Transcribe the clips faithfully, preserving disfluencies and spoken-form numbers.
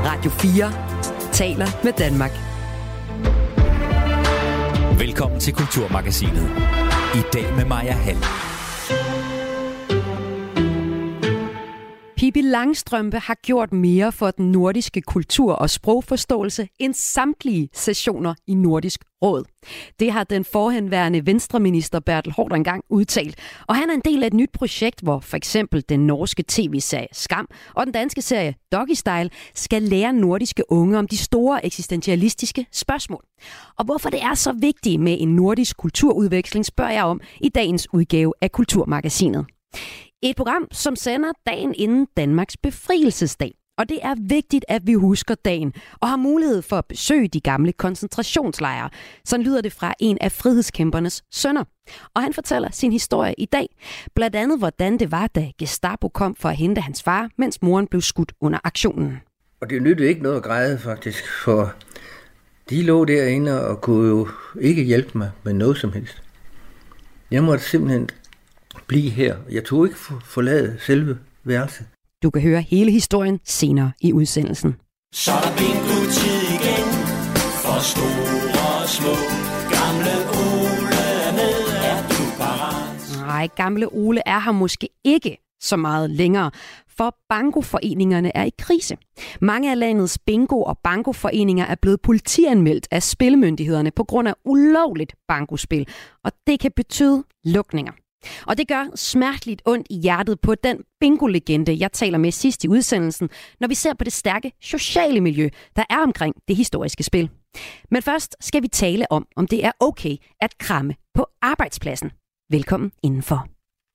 Radio fire taler med Danmark. Velkommen til Kulturmagasinet. I dag med Maja Hall. Pippi Langstrømpe har gjort mere for den nordiske kultur og sprogforståelse end samtlige sessioner i Nordisk Råd. Det har den forhenværende venstreminister Bertel Haarder engang udtalt. Og han er en del af et nyt projekt, hvor for eksempel den norske tv-serie Skam og den danske serie Doggy Style skal lære nordiske unge om de store eksistentialistiske spørgsmål. Og hvorfor det er så vigtigt med en nordisk kulturudveksling, spørger jeg om i dagens udgave af Kulturmagasinet. Et program, som sender dagen inden Danmarks befrielsesdag. Og det er vigtigt, at vi husker dagen og har mulighed for at besøge de gamle koncentrationslejre. Sådan lyder det fra en af frihedskæmpernes sønner. Og han fortæller sin historie i dag. Blandt andet, hvordan det var, da Gestapo kom for at hente hans far, mens moren blev skudt under aktionen. Og det nyttede ikke noget at græde, faktisk, for de lå derinde og kunne jo ikke hjælpe mig med noget som helst. Jeg måtte simpelthen blive her. Jeg tog ikke forlade selve værelset. Du kan høre hele historien senere i udsendelsen. Så er der bingo-tid igen for store og små. Gamle Ole er med, er du parat? Nej, gamle Ole er her måske ikke så meget længere, for bankoforeningerne er i krise. Mange af landets bingo- og bankoforeninger er blevet politianmeldt af spilmyndighederne på grund af ulovligt bankospil, og det kan betyde lukninger. Og det gør smerteligt ondt i hjertet på den bingo-legende, jeg taler med sidst i udsendelsen, når vi ser på det stærke sociale miljø, der er omkring det historiske spil. Men først skal vi tale om, om det er okay at kramme på arbejdspladsen. Velkommen indenfor.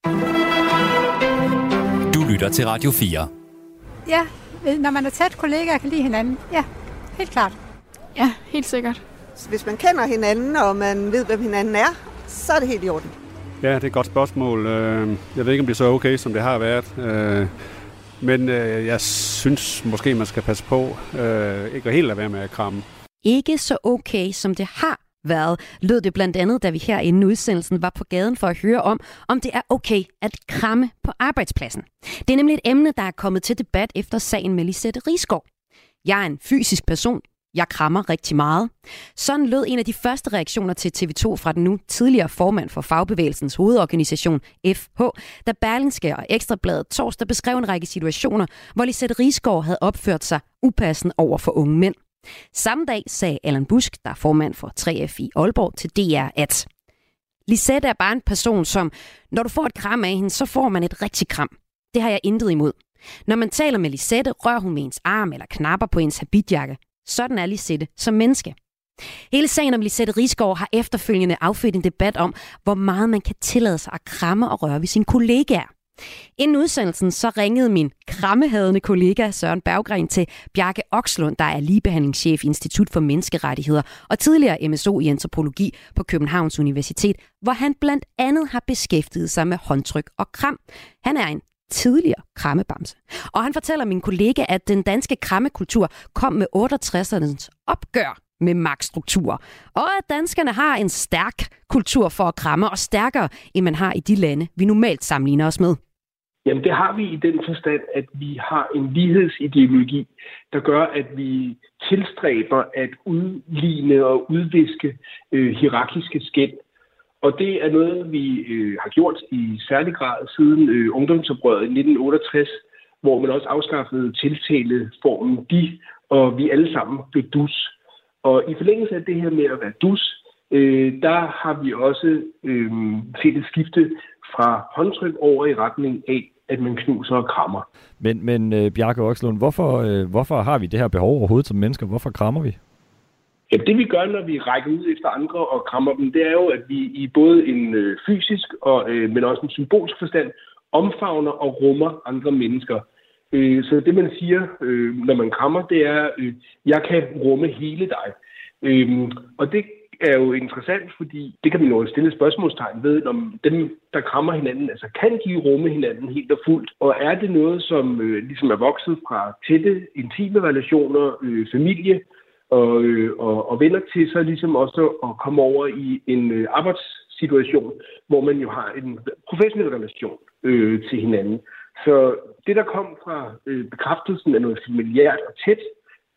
Du lytter til Radio fire. Ja, når man er tæt kollegaer kan lide hinanden. Ja, helt klart. Ja, helt sikkert. Hvis man kender hinanden, og man ved, hvem hinanden er, så er det helt i orden. Ja, det er et godt spørgsmål. Jeg ved ikke, om det er så okay, som det har været. Men jeg synes måske, man skal passe på ikke at helt lade være med at kramme. Ikke så okay, som det har været, lød det blandt andet, da vi her inden udsendelsen var på gaden for at høre om, om det er okay at kramme på arbejdspladsen. Det er nemlig et emne, der er kommet til debat efter sagen med Lisette Risgaard. Jeg er en fysisk person. Jeg krammer rigtig meget. Sådan lød en af de første reaktioner til T V to fra den nu tidligere formand for fagbevægelsens hovedorganisation F H, da Berlingske og Ekstrabladet torsdag beskrev en række situationer, hvor Lisette Risgaard havde opført sig upassende over for unge mænd. Samme dag sagde Allan Busk, der er formand for tre F i Aalborg, til D R, at Lisette er bare en person, som, når du får et kram af hende, så får man et rigtig kram. Det har jeg intet imod. Når man taler med Lisette, rører hun med ens arm eller knapper på ens habitjakke. Sådan er Lisette som menneske. Hele sagen om Lisette Risgaard har efterfølgende affødt en debat om, hvor meget man kan tillade sig at kramme og røre ved sine kollegaer. Inden udsendelsen så ringede min krammehadende kollega Søren Berggren til Bjarke Oxlund, der er ligebehandlingschef i Institut for Menneskerettigheder og tidligere M S O i antropologi på Københavns Universitet, hvor han blandt andet har beskæftiget sig med håndtryk og kram. Han er en tidligere krammebamse. Og han fortæller min kollega, at den danske krammekultur kom med otteogtredsernes opgør med magtstrukturer, og at danskerne har en stærk kultur for at kramme, og stærkere, end man har i de lande, vi normalt sammenligner os med. Jamen det har vi i den forstand, at vi har en lighedsideologi, der gør, at vi tilstræber at udligne og udviske øh, hierarkiske skel. Og det er noget, vi øh, har gjort i særlig grad siden øh, ungdomsoprøret i nitten otteogtres, hvor man også afskaffede tiltaleformen de, og vi alle sammen blev dus. Og i forlængelse af det her med at være dus, øh, der har vi også øh, set et skifte fra håndtryk over i retning af, at man knuser og krammer. Men, men øh, Bjarke Oxlund, hvorfor, øh, hvorfor har vi det her behov overhovedet som mennesker? Hvorfor krammer vi? Ja, det vi gør, når vi rækker ud efter andre og krammer dem, det er jo, at vi i både en øh, fysisk, og, øh, men også en symbolsk forstand omfavner og rummer andre mennesker. Øh, så det, man siger, øh, når man krammer, det er, øh, jeg kan rumme hele dig. Øh, og det er jo interessant, fordi det kan man jo stille spørgsmålstegn ved, om dem, der krammer hinanden, altså kan de rumme hinanden helt og fuldt? Og er det noget, som øh, ligesom er vokset fra tætte, intime relationer, øh, familie, Og, øh, og, og venner til så ligesom også at komme over i en øh, arbejdssituation, hvor man jo har en professionel relation øh, til hinanden. Så det, der kom fra øh, bekræftelsen af noget familiært og tæt,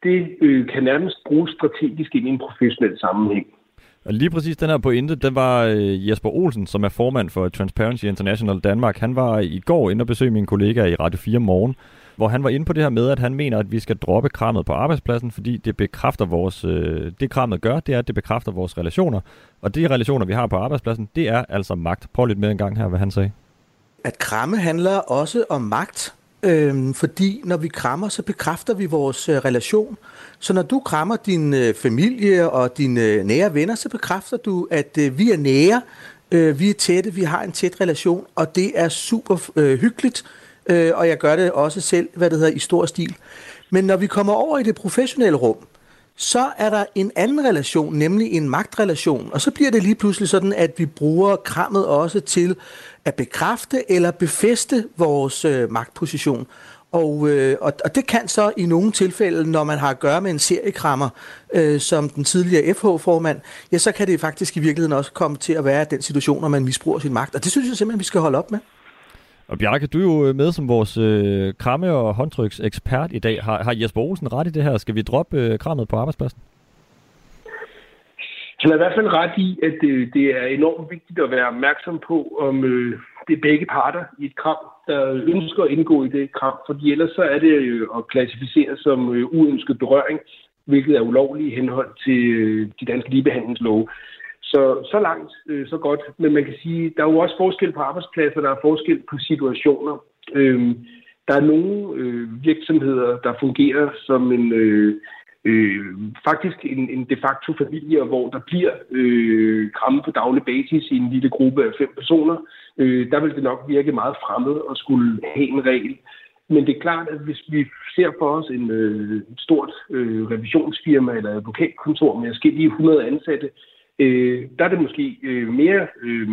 det øh, kan nærmest bruges strategisk ind i en professionel sammenhæng. Og lige præcis den her pointe, den var øh, Jesper Olsen, som er formand for Transparency International Danmark. Han var i går inde og besøgte mine kollegaer i Radio fire Morgen, hvor han var inde på det her med, at han mener, at vi skal droppe krammet på arbejdspladsen, fordi det bekræfter vores, øh, det krammet gør, det er, at det bekræfter vores relationer. Og de relationer, vi har på arbejdspladsen, det er altså magt. Prøv lidt med en gang her, hvad han sagde. At kramme handler også om magt, øh, fordi når vi krammer, så bekræfter vi vores øh, relation. Så når du krammer din øh, familie og dine øh, nære venner, så bekræfter du, at øh, vi er nære, øh, vi er tætte, vi har en tæt relation, og det er super øh, hyggeligt. Øh, og jeg gør det også selv, hvad det hedder, i stor stil. Men når vi kommer over i det professionelle rum, så er der en anden relation, nemlig en magtrelation. Og så bliver det lige pludselig sådan, at vi bruger krammet også til at bekræfte eller befæste vores øh, magtposition. Og, øh, og, og det kan så i nogle tilfælde, når man har at gøre med en seriekrammer, øh, som den tidligere F H-formand, ja, så kan det faktisk i virkeligheden også komme til at være den situation, når man misbruger sin magt. Og det synes jeg simpelthen, vi skal holde op med. Og Bjarke, du er jo med som vores øh, kramme- og håndtryksekspert i dag. Har, har Jesper Olsen ret i det her? Skal vi droppe øh, krammet på arbejdspladsen? Han har i hvert fald ret i, at øh, det er enormt vigtigt at være opmærksom på, om øh, det er begge parter i et kram, der ønsker at indgå i det kram. Fordi ellers så er det øh, at klassificere som øh, uønsket berøring, hvilket er ulovligt i henhold til øh, de danske ligebehandlingslove. Så, så langt, øh, så godt. Men man kan sige, der er jo også forskel på arbejdspladser, der er forskel på situationer. Øh, der er nogle øh, virksomheder, der fungerer som en øh, øh, faktisk en, en de facto familie, hvor der bliver øh, kramme på daglig basis i en lille gruppe af fem personer. Øh, der vil det nok virke meget fremmed at skulle have en regel. Men det er klart, at hvis vi ser for os en øh, stort øh, revisionsfirma eller advokatkontor med forskellige hundrede ansatte, Øh, der er det måske øh, mere øh,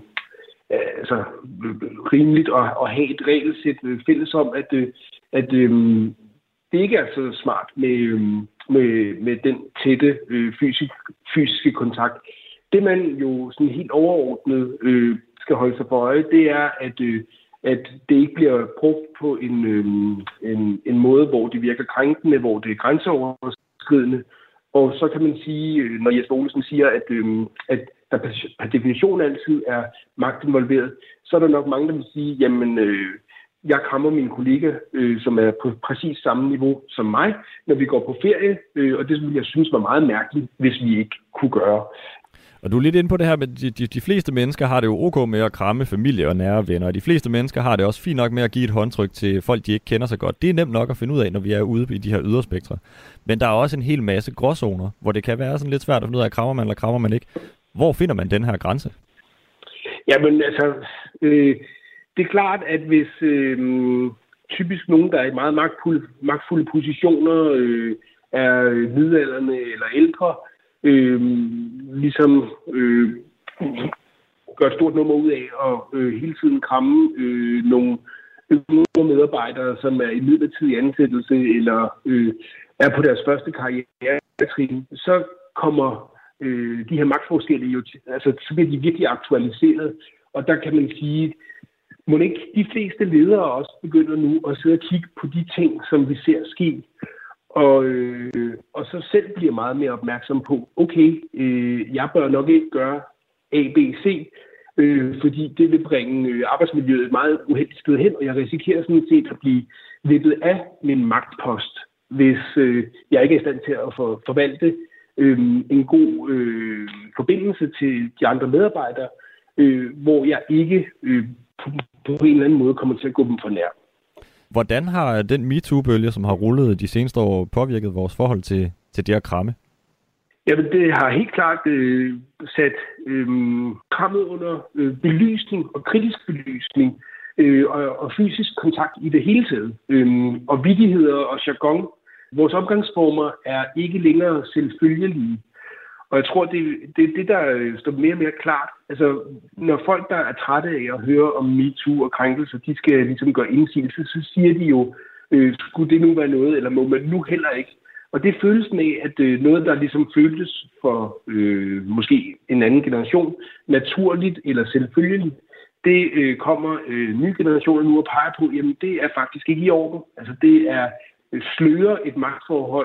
altså, rimeligt at, at have et regelsæt fælles om, at, øh, at øh, det ikke er så smart med, øh, med, med den tætte øh, fysisk, fysiske kontakt. Det man jo sådan helt overordnet øh, skal holde sig for øje, det er, at, øh, at det ikke bliver brugt på en, øh, en, en måde, hvor det virker krænkende, hvor det er grænseoverskridende. Og så kan man sige, når Jesper Olsen siger, at, øh, at der per definition altid er magt involveret, så er der nok mange, der vil sige, jamen, øh, jeg krammer min kollega, øh, som er på præcis samme niveau som mig, når vi går på ferie, øh, og det ville jeg synes var meget mærkeligt, hvis vi ikke kunne gøre. Og du er lidt inde på det her, men de, de, de fleste mennesker har det jo ok med at kramme familie og nære venner, og de fleste mennesker har det også fint nok med at give et håndtryk til folk, de ikke kender så godt. Det er nemt nok at finde ud af, når vi er ude i de her yderspektre. Men der er også en hel masse gråzoner, hvor det kan være sådan lidt svært at finde ud af, krammer man eller krammer man ikke. Hvor finder man den her grænse? Jamen altså, øh, det er klart, at hvis øh, typisk nogen, der er i meget magtfulde, magtfulde positioner, øh, er midaldrende eller ældre, Øh, ligesom øh, gør et stort nummer ud af at øh, hele tiden kramme øh, nogle yngre medarbejdere, som er i midlertidig ansættelse eller øh, er på deres første karrieretrin, så kommer øh, de her magtforskelle jo til, altså så bliver de virkelig aktualiseret, og der kan man sige, må ikke de fleste ledere også begynder nu at sidde og kigge på de ting, som vi ser ske. Og, øh, og så selv bliver meget mere opmærksom på, okay, øh, jeg bør nok ikke gøre A, B, C, øh, fordi det vil bringe øh, arbejdsmiljøet et meget uheldigt sted hen, og jeg risikerer sådan set at blive vippet af min magtpost, hvis øh, jeg ikke er i stand til at for, forvalte øh, en god øh, forbindelse til de andre medarbejdere, øh, hvor jeg ikke øh, på, på en eller anden måde kommer til at gå dem for nær. Hvordan har den MeToo-bølge, som har rullet de seneste år, påvirket vores forhold til, til det at kramme? Jamen, det har helt klart øh, sat øh, krammet under øh, belysning og kritisk belysning øh, og, og fysisk kontakt i det hele taget. Øh, og vittigheder og jargon. Vores omgangsformer er ikke længere selvfølgelige. Og jeg tror, det er det, det, der står mere og mere klart. Altså, når folk, der er trætte af at høre om MeToo og krænkelser, de skal ligesom gøre indsigelse, så siger de jo, øh, skulle det nu være noget, eller må man nu heller ikke? Og det føles med, at øh, noget, der ligesom føltes for øh, måske en anden generation, naturligt eller selvfølgeligt, det øh, kommer øh, nye generationer nu og peger på, jamen det er faktisk ikke i orden. Altså det er øh, slører et magtforhold,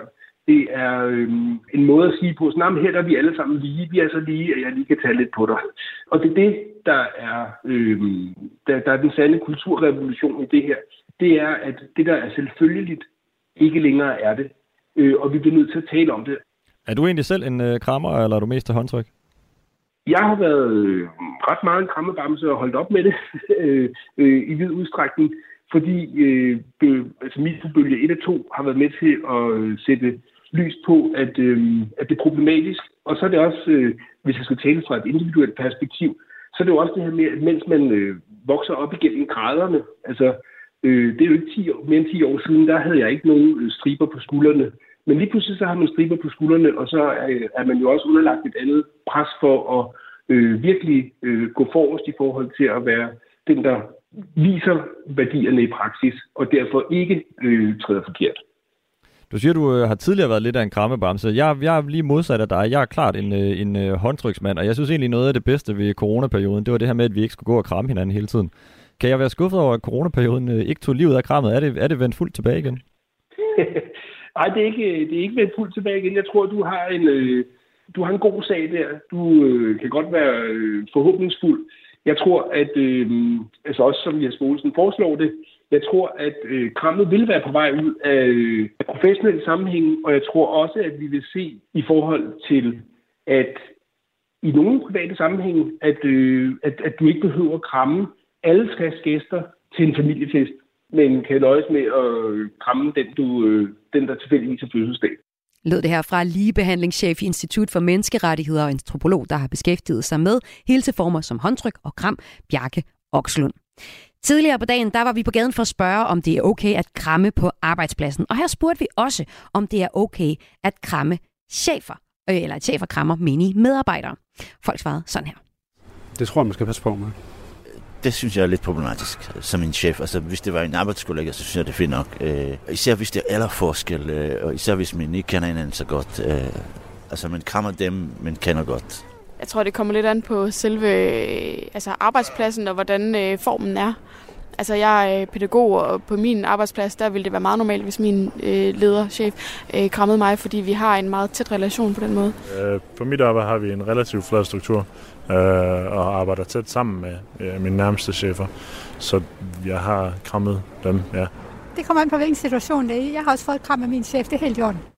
Det er øh, en måde at sige på, sådan, her der er vi alle sammen lige, vi er så lige, at jeg lige kan tage lidt på dig. Og det er det, der er, øh, der, der er den sande kulturrevolution i det her. Det er, at det, der er selvfølgeligt, ikke længere er det. Øh, og vi bliver nødt til at tale om det. Er du egentlig selv en øh, krammer, eller er du mest til håndtryk? Jeg har været øh, ret meget en krammebamse og holdt op med det øh, øh, i vid udstrækning, fordi øh, øh, altså MeToo-bølge et og to har været med til at øh, sætte lys på, at, øh, at det er problematisk. Og så er det også, øh, hvis jeg skal tale fra et individuelt perspektiv, så er det jo også det her med, at mens man øh, vokser op igennem graderne, altså øh, det er jo ikke ti år, mere end ti år siden, der havde jeg ikke nogen øh, striber på skuldrene. Men lige pludselig så har man striber på skuldrene, og så er, er man jo også underlagt et andet pres for at øh, virkelig øh, gå forrest i forhold til at være den, der viser værdierne i praksis, og derfor ikke øh, træder forkert. Du siger, du øh, har tidligere været lidt af en krammebamse. Jeg, jeg er lige modsat af dig. Jeg er klart en, øh, en øh, håndtryksmand, og jeg synes egentlig noget af det bedste ved coronaperioden, det var det her med, at vi ikke skulle gå og kramme hinanden hele tiden. Kan jeg være skuffet over, at coronaperioden øh, ikke tog livet af krammet? Er det, er det vendt fuldt tilbage igen? Nej, det er ikke, det er ikke vendt fuldt tilbage igen. Jeg tror, du har en, øh, du har en god sag der. Du øh, kan godt være øh, forhåbningsfuld. Jeg tror, at, øh, altså også som Jes Olsen foreslår det, jeg tror, at øh, krammet vil være på vej ud af, øh, af professionelle sammenhæng, og jeg tror også, at vi vil se i forhold til, at i nogle private sammenhænge, at, øh, at, at du ikke behøver at kramme alle fast gæster til en familiefest, men kan nøjes med at kramme den, du, øh, den der tilfældigvis er fødselsdag. Lød det her fra ligebehandlingschef i Institut for Menneskerettigheder og antropolog, der har beskæftiget sig med hilseformer som håndtryk og kram, Bjarke Okslund. Tidligere på dagen, der var vi på gaden for at spørge, om det er okay at kramme på arbejdspladsen. Og her spurgte vi også, om det er okay at kramme chefer, eller at chefer krammer menige medarbejdere. Folk svarede sådan her. Det tror jeg, man skal passe på med. Det synes jeg er lidt problematisk som en chef. Altså, hvis det var en arbejdskollega, så synes jeg, det er fint nok. Øh, især hvis det er alderforskel, øh, og især hvis man ikke kender hinanden så godt. Øh, altså, man krammer dem, man kender godt. Jeg tror, det kommer lidt an på selve altså arbejdspladsen og hvordan øh, formen er. Altså, jeg er pædagog, og på min arbejdsplads, der ville det være meget normalt, hvis min øh, leder, chef, øh, krammede mig, fordi vi har en meget tæt relation på den måde. Øh, på mit arbejde har vi en relativt flad struktur, øh, og arbejder tæt sammen med øh, mine nærmeste chefer, så jeg har krammet dem, ja. Det kommer an på, hvilken situation det er i. Jeg har også fået et kram af min chef, det er helt i orden.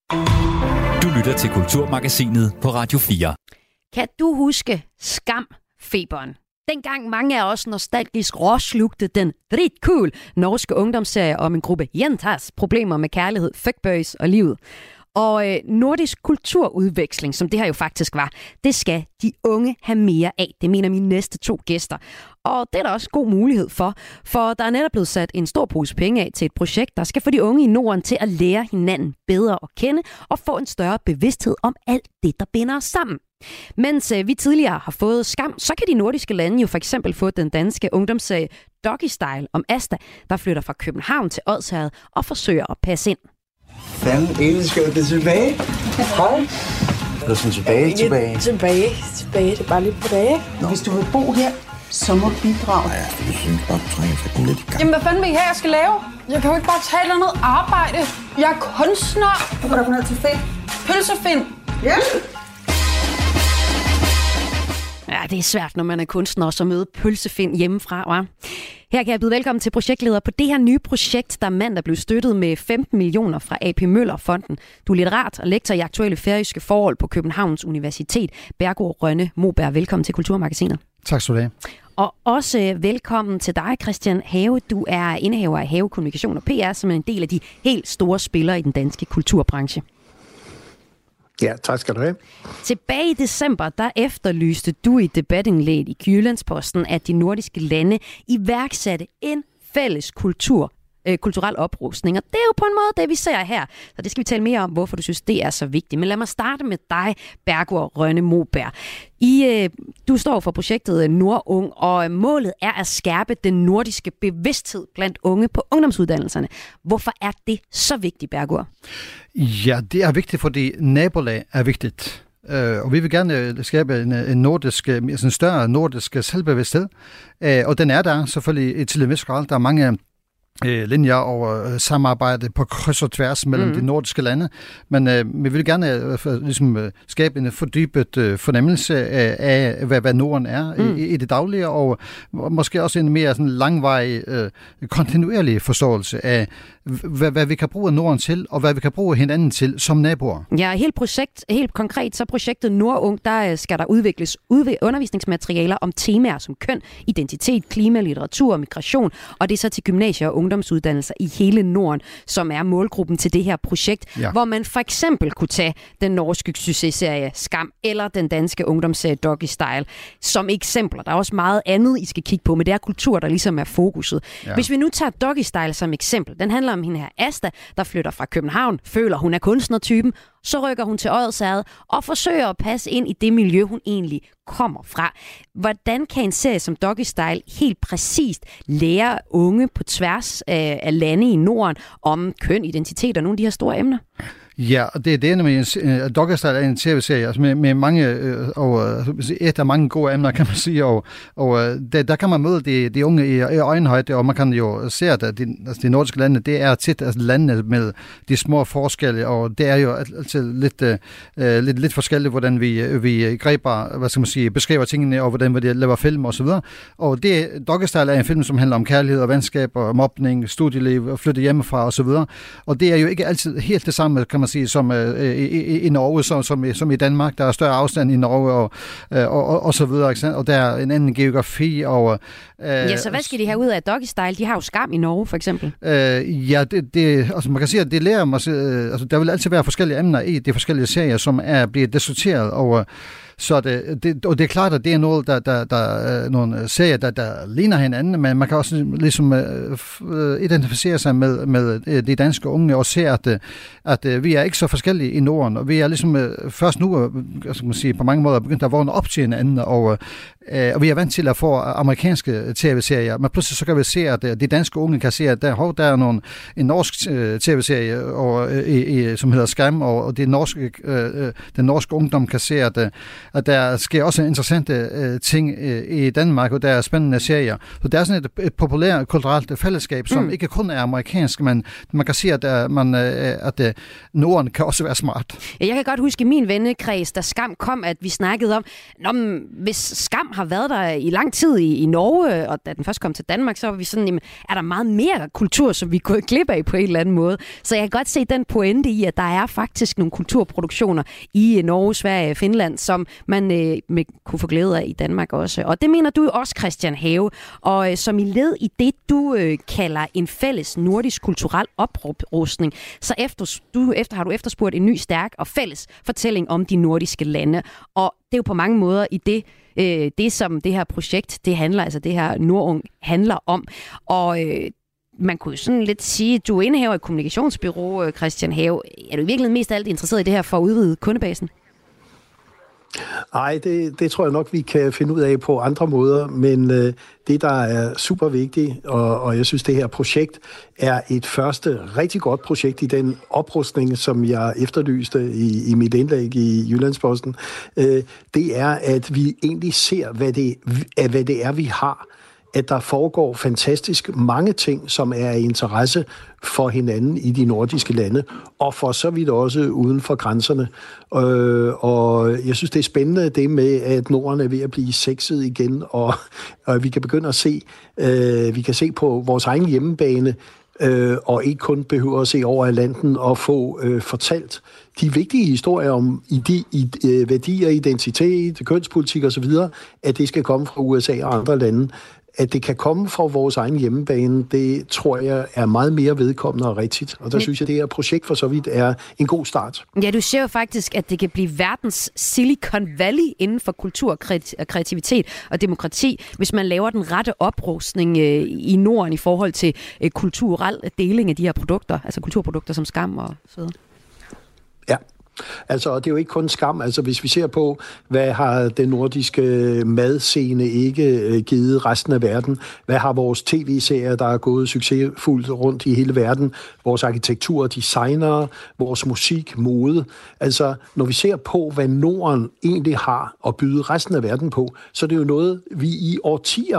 Du lytter til Kulturmagasinet på Radio fire. Kan du huske Skam-feberen? Dengang mange af os nostalgisk råslugte den dritcool norske ungdomsserie om en gruppe jentas problemer med kærlighed, fuckboys og livet. Og øh, nordisk kulturudveksling, som det her jo faktisk var, det skal de unge have mere af. Det mener mine næste to gæster. Og det er der også god mulighed for, for der er netop blevet sat en stor pose penge af til et projekt, der skal få de unge i Norden til at lære hinanden bedre at kende og få en større bevidsthed om alt det, der binder os sammen. Mens øh, vi tidligere har fået Skam, så kan de nordiske lande jo for eksempel få den danske ungdomsserie Doggy Style om Asta, der flytter fra København til Odsherred og forsøger at passe ind. Fanden, elsker det er tilbage. Hej. Det er sådan tilbage, tilbage. Tilbage, tilbage. Det er bare lidt på dage. Nå. Hvis du vil bo her, så må du bidrage. Nej, jeg synes bare, du trænger for den lidt i gang. Jamen, hvad fanden vil I have, jeg skal lave? Jeg kan jo ikke bare tage noget arbejde. Jeg er kunstner. Du kan da få noget til fedt. Pølsefind. Ja. Ja, det er svært, når man er kunstner og så møde pølsefind hjemmefra, hva'? Her kan jeg byde velkommen til projektleder på det her nye projekt, der mandag blev støttet med femten millioner fra A P Møller-fonden. Du er litterat og lektor i aktuelle færøske forhold på Københavns Universitet. Bergo Rønne Moberg, velkommen til Kulturmagasinet. Tak skal du have. Og også velkommen til dig, Christian Have. Du er indehaver af Have Kommunikation og P R, som er en del af de helt store spillere i den danske kulturbranche. Ja, tak skal du have. Tilbage i december, der efterlyste du i debatindlæg i Jyllandsposten, at de nordiske lande iværksatte en fælles kultur, øh, kulturel oprustning. Og det er jo på en måde det, vi ser her. Så det skal vi tale mere om, hvorfor du synes, det er så vigtigt. Men lad mig starte med dig, Bergo Rønne Moberg. I, øh, du står for projektet Nordung, og målet er at skærpe den nordiske bevidsthed blandt unge på ungdomsuddannelserne. Hvorfor er det så vigtigt, Bergo? Ja, det er vigtigt, fordi nabolag er vigtigt. Uh, og vi vil gerne skabe en, en, nordisk, altså en større nordisk selvbevidsthed. Uh, og den er der selvfølgelig til en vis grad. Der er mange øh, linjer og øh, samarbejde på kryds og tværs mellem mm. de nordiske lande. Men øh, vi vil gerne øh, ligesom, øh, skabe en fordybet øh, fornemmelse af, af hvad, hvad Norden er mm. i, i det daglige, og måske også en mere sådan, langvarig, øh, kontinuerlig forståelse af, hvad, hvad vi kan bruge Norden til, og hvad vi kan bruge hinanden til som naboer. Ja, helt, projekt, helt konkret så projektet Nordung, der skal der udvikles udv- undervisningsmaterialer om temaer som køn, identitet, klima, litteratur og migration, og det er så til gymnasier og ungdomsuddannelser i hele Norden, som er målgruppen til det her projekt, ja. Hvor man for eksempel kunne tage den norske successerie Skam, eller den danske ungdomsserie Doggy Style, som eksempler. Der er også meget andet, I skal kigge på, men det er kultur, der ligesom er fokuset. Ja. Hvis vi nu tager Doggy Style som eksempel, den handler om hende her Asta, der flytter fra København, føler hun er kunstnertypen, så rykker hun til Odsherred og forsøger at passe ind i det miljø, hun egentlig kommer fra. Hvordan kan en serie som Doggy Style helt præcist lære unge på tværs af, af lande i Norden om køn, identitet og nogle af de her store emner? Ja, og det, det er nemlig en Doggy Style er en tv-serie altså med, med mange øh, og et af mange gode emner, kan man sige, og, og der, der kan man møde de, de unge i, i øjenhøjde, og man kan jo se, at de, altså de nordiske lande, det er tit altså lande med de små forskelle, og det er jo altid lidt, øh, lidt, lidt forskelligt, hvordan vi, vi griber, hvad skal man sige, beskriver tingene, og hvordan vi laver film og så videre. Og det, Doggy Style er en film, som handler om kærlighed og venskab og mobning, studieliv og flytte hjemmefra og så videre. Og det er jo ikke altid helt det samme, kan man sige, som øh, i, i Norge, som, som, som i Danmark. Der er større afstand i Norge og, og, og, og så videre, ikke? Og der er en anden geografi. Og, øh, ja, så hvad skal de have ud af Doggy Style? De har jo Skam i Norge, for eksempel. Øh, ja, det, det, altså man kan sige, at det lærer mig, øh, altså der vil altid være forskellige emner i de forskellige serier, som er blevet diskuteret over. Så det, det, og det er klart, at det er noget, der, der, der er nogle serier, der, der ligner hinanden, men man kan også ligesom uh, identificere sig med, med de danske unge og se, at, at vi er ikke så forskellige i Norden, og vi er ligesom uh, først nu, skal man sige, på mange måder begyndt at vågne op til hinanden, og, uh, og vi er vant til at få amerikanske tv-serier, men pludselig så kan vi se, at de danske unge kan se, at der, hov, der er nogle, en norsk uh, tv-serie, og, uh, i, som hedder Skam, og, og det norske, uh, den norske ungdom kan se, at at der sker også interessante øh, ting øh, i Danmark, og der er spændende serier. Så der er sådan et, et populært kulturelt fællesskab, som mm. ikke kun er amerikansk, men man kan sige, at, uh, man, uh, at uh, Norden kan også være smart. Ja, jeg kan godt huske i min vennekreds, da Skam kom, at vi snakkede om, men hvis Skam har været der i lang tid i, i Norge, og da den først kom til Danmark, så var vi sådan, jamen, er der meget mere kultur, som vi kunne klippe af på en eller anden måde. Så jeg kan godt se den pointe i, at der er faktisk nogle kulturproduktioner i Norge, Sverige, Finland, som man øh, med, kunne få glæde af i Danmark også. Og det mener du jo også, Christian Have. Og øh, som i led i det, du øh, kalder en fælles nordisk kulturel oprustning, så efter, du, efter, har du efterspurgt en ny, stærk og fælles fortælling om de nordiske lande. Og det er jo på mange måder i det, øh, det som det her projekt, det handler, altså det her Nordung handler om. Og øh, man kunne sådan lidt sige, at du er indehaver i et kommunikationsbureau, Christian Have. Er du i virkeligheden mest af alt interesseret i det her for at udvide kundebasen? Nej, det, det tror jeg nok, vi kan finde ud af på andre måder, men øh, det, der er super vigtigt, og, og jeg synes, det her projekt er et første rigtig godt projekt i den oprustning, som jeg efterlyste i, i mit indlæg i Jyllandsposten, øh, det er, at vi egentlig ser, hvad det, hvad det er, vi har. At der foregår fantastisk mange ting, som er af interesse for hinanden i de nordiske lande, og for så vidt også uden for grænserne. Øh, og jeg synes, det er spændende det med, at Norden er ved at blive sexet igen, og, og vi kan begynde at se, øh, vi kan se på vores egen hjemmebane, øh, og ikke kun behøver at se over Atlanten og få øh, fortalt de vigtige historier om ide, ide, øh, værdier, identitet, kønspolitik osv., at det skal komme fra U S A og andre lande. At det kan komme fra vores egen hjemmebane, det tror jeg er meget mere vedkommende og rigtigt. Og der synes jeg, at det her projekt for så vidt er en god start. Ja, du ser jo faktisk, at det kan blive verdens Silicon Valley inden for kultur, kreativitet og demokrati, hvis man laver den rette oprustning i Norden i forhold til kulturel deling af de her produkter, altså kulturprodukter som Skam og så videre. Ja. Altså, det er jo ikke kun Skam. Altså, hvis vi ser på, hvad har den nordiske madscene ikke givet resten af verden? Hvad har vores tv-serier, der er gået succesfuldt rundt i hele verden? Vores arkitektur, designere, vores musik, mode. Altså, når vi ser på, hvad Norden egentlig har at byde resten af verden på, så er det jo noget, vi i årtier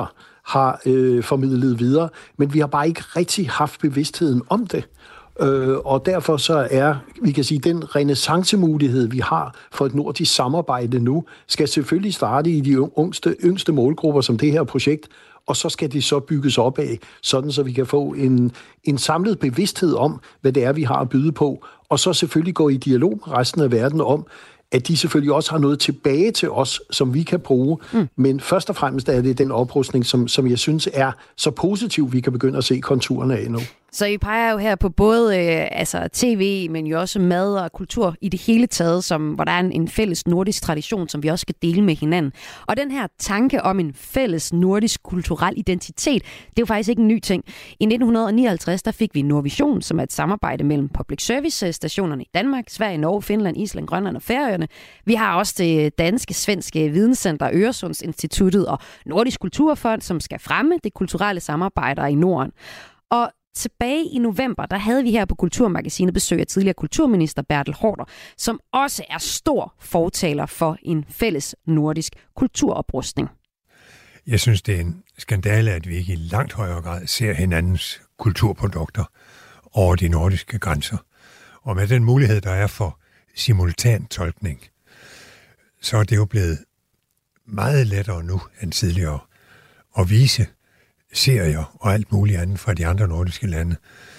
har øh, formidlet videre, men vi har bare ikke rigtig haft bevidstheden om det. Øh, og derfor så er, vi kan sige, den renaissancemulighed, vi har for et nordisk samarbejde nu, skal selvfølgelig starte i de yngste, yngste målgrupper som det her projekt, og så skal det så bygges op af, sådan så vi kan få en, en samlet bevidsthed om, hvad det er, vi har at byde på, og så selvfølgelig gå i dialog med resten af verden om, at de selvfølgelig også har noget tilbage til os, som vi kan bruge. Mm. Men først og fremmest er det den oprustning, som, som jeg synes er så positiv, vi kan begynde at se konturerne af nu. Så I peger jo her på både øh, altså tv, men jo også mad og kultur i det hele taget, som, hvor der er en, en fælles nordisk tradition, som vi også skal dele med hinanden. Og den her tanke om en fælles nordisk kulturel identitet, det er jo faktisk ikke en ny ting. I nitten nioghalvtreds der fik vi Nordvision, som er et samarbejde mellem public service-stationerne i Danmark, Sverige, Norge, Finland, Island, Grønland og Færøerne. Vi har også det danske, svenske videnscenter Øresundsinstituttet og Nordisk Kulturfond, som skal fremme det kulturelle samarbejde i Norden. Og tilbage i november, der havde vi her på Kulturmagasinet besøg af tidligere kulturminister Bertel Haarder, som også er stor fortaler for en fælles nordisk kulturoprustning. Jeg synes, det er en skandale, at vi ikke i langt højere grad ser hinandens kulturprodukter over de nordiske grænser. Og med den mulighed, der er for simultan tolkning, så er det jo blevet meget lettere nu end tidligere at vise serier og alt muligt andet fra de andre nordiske lande.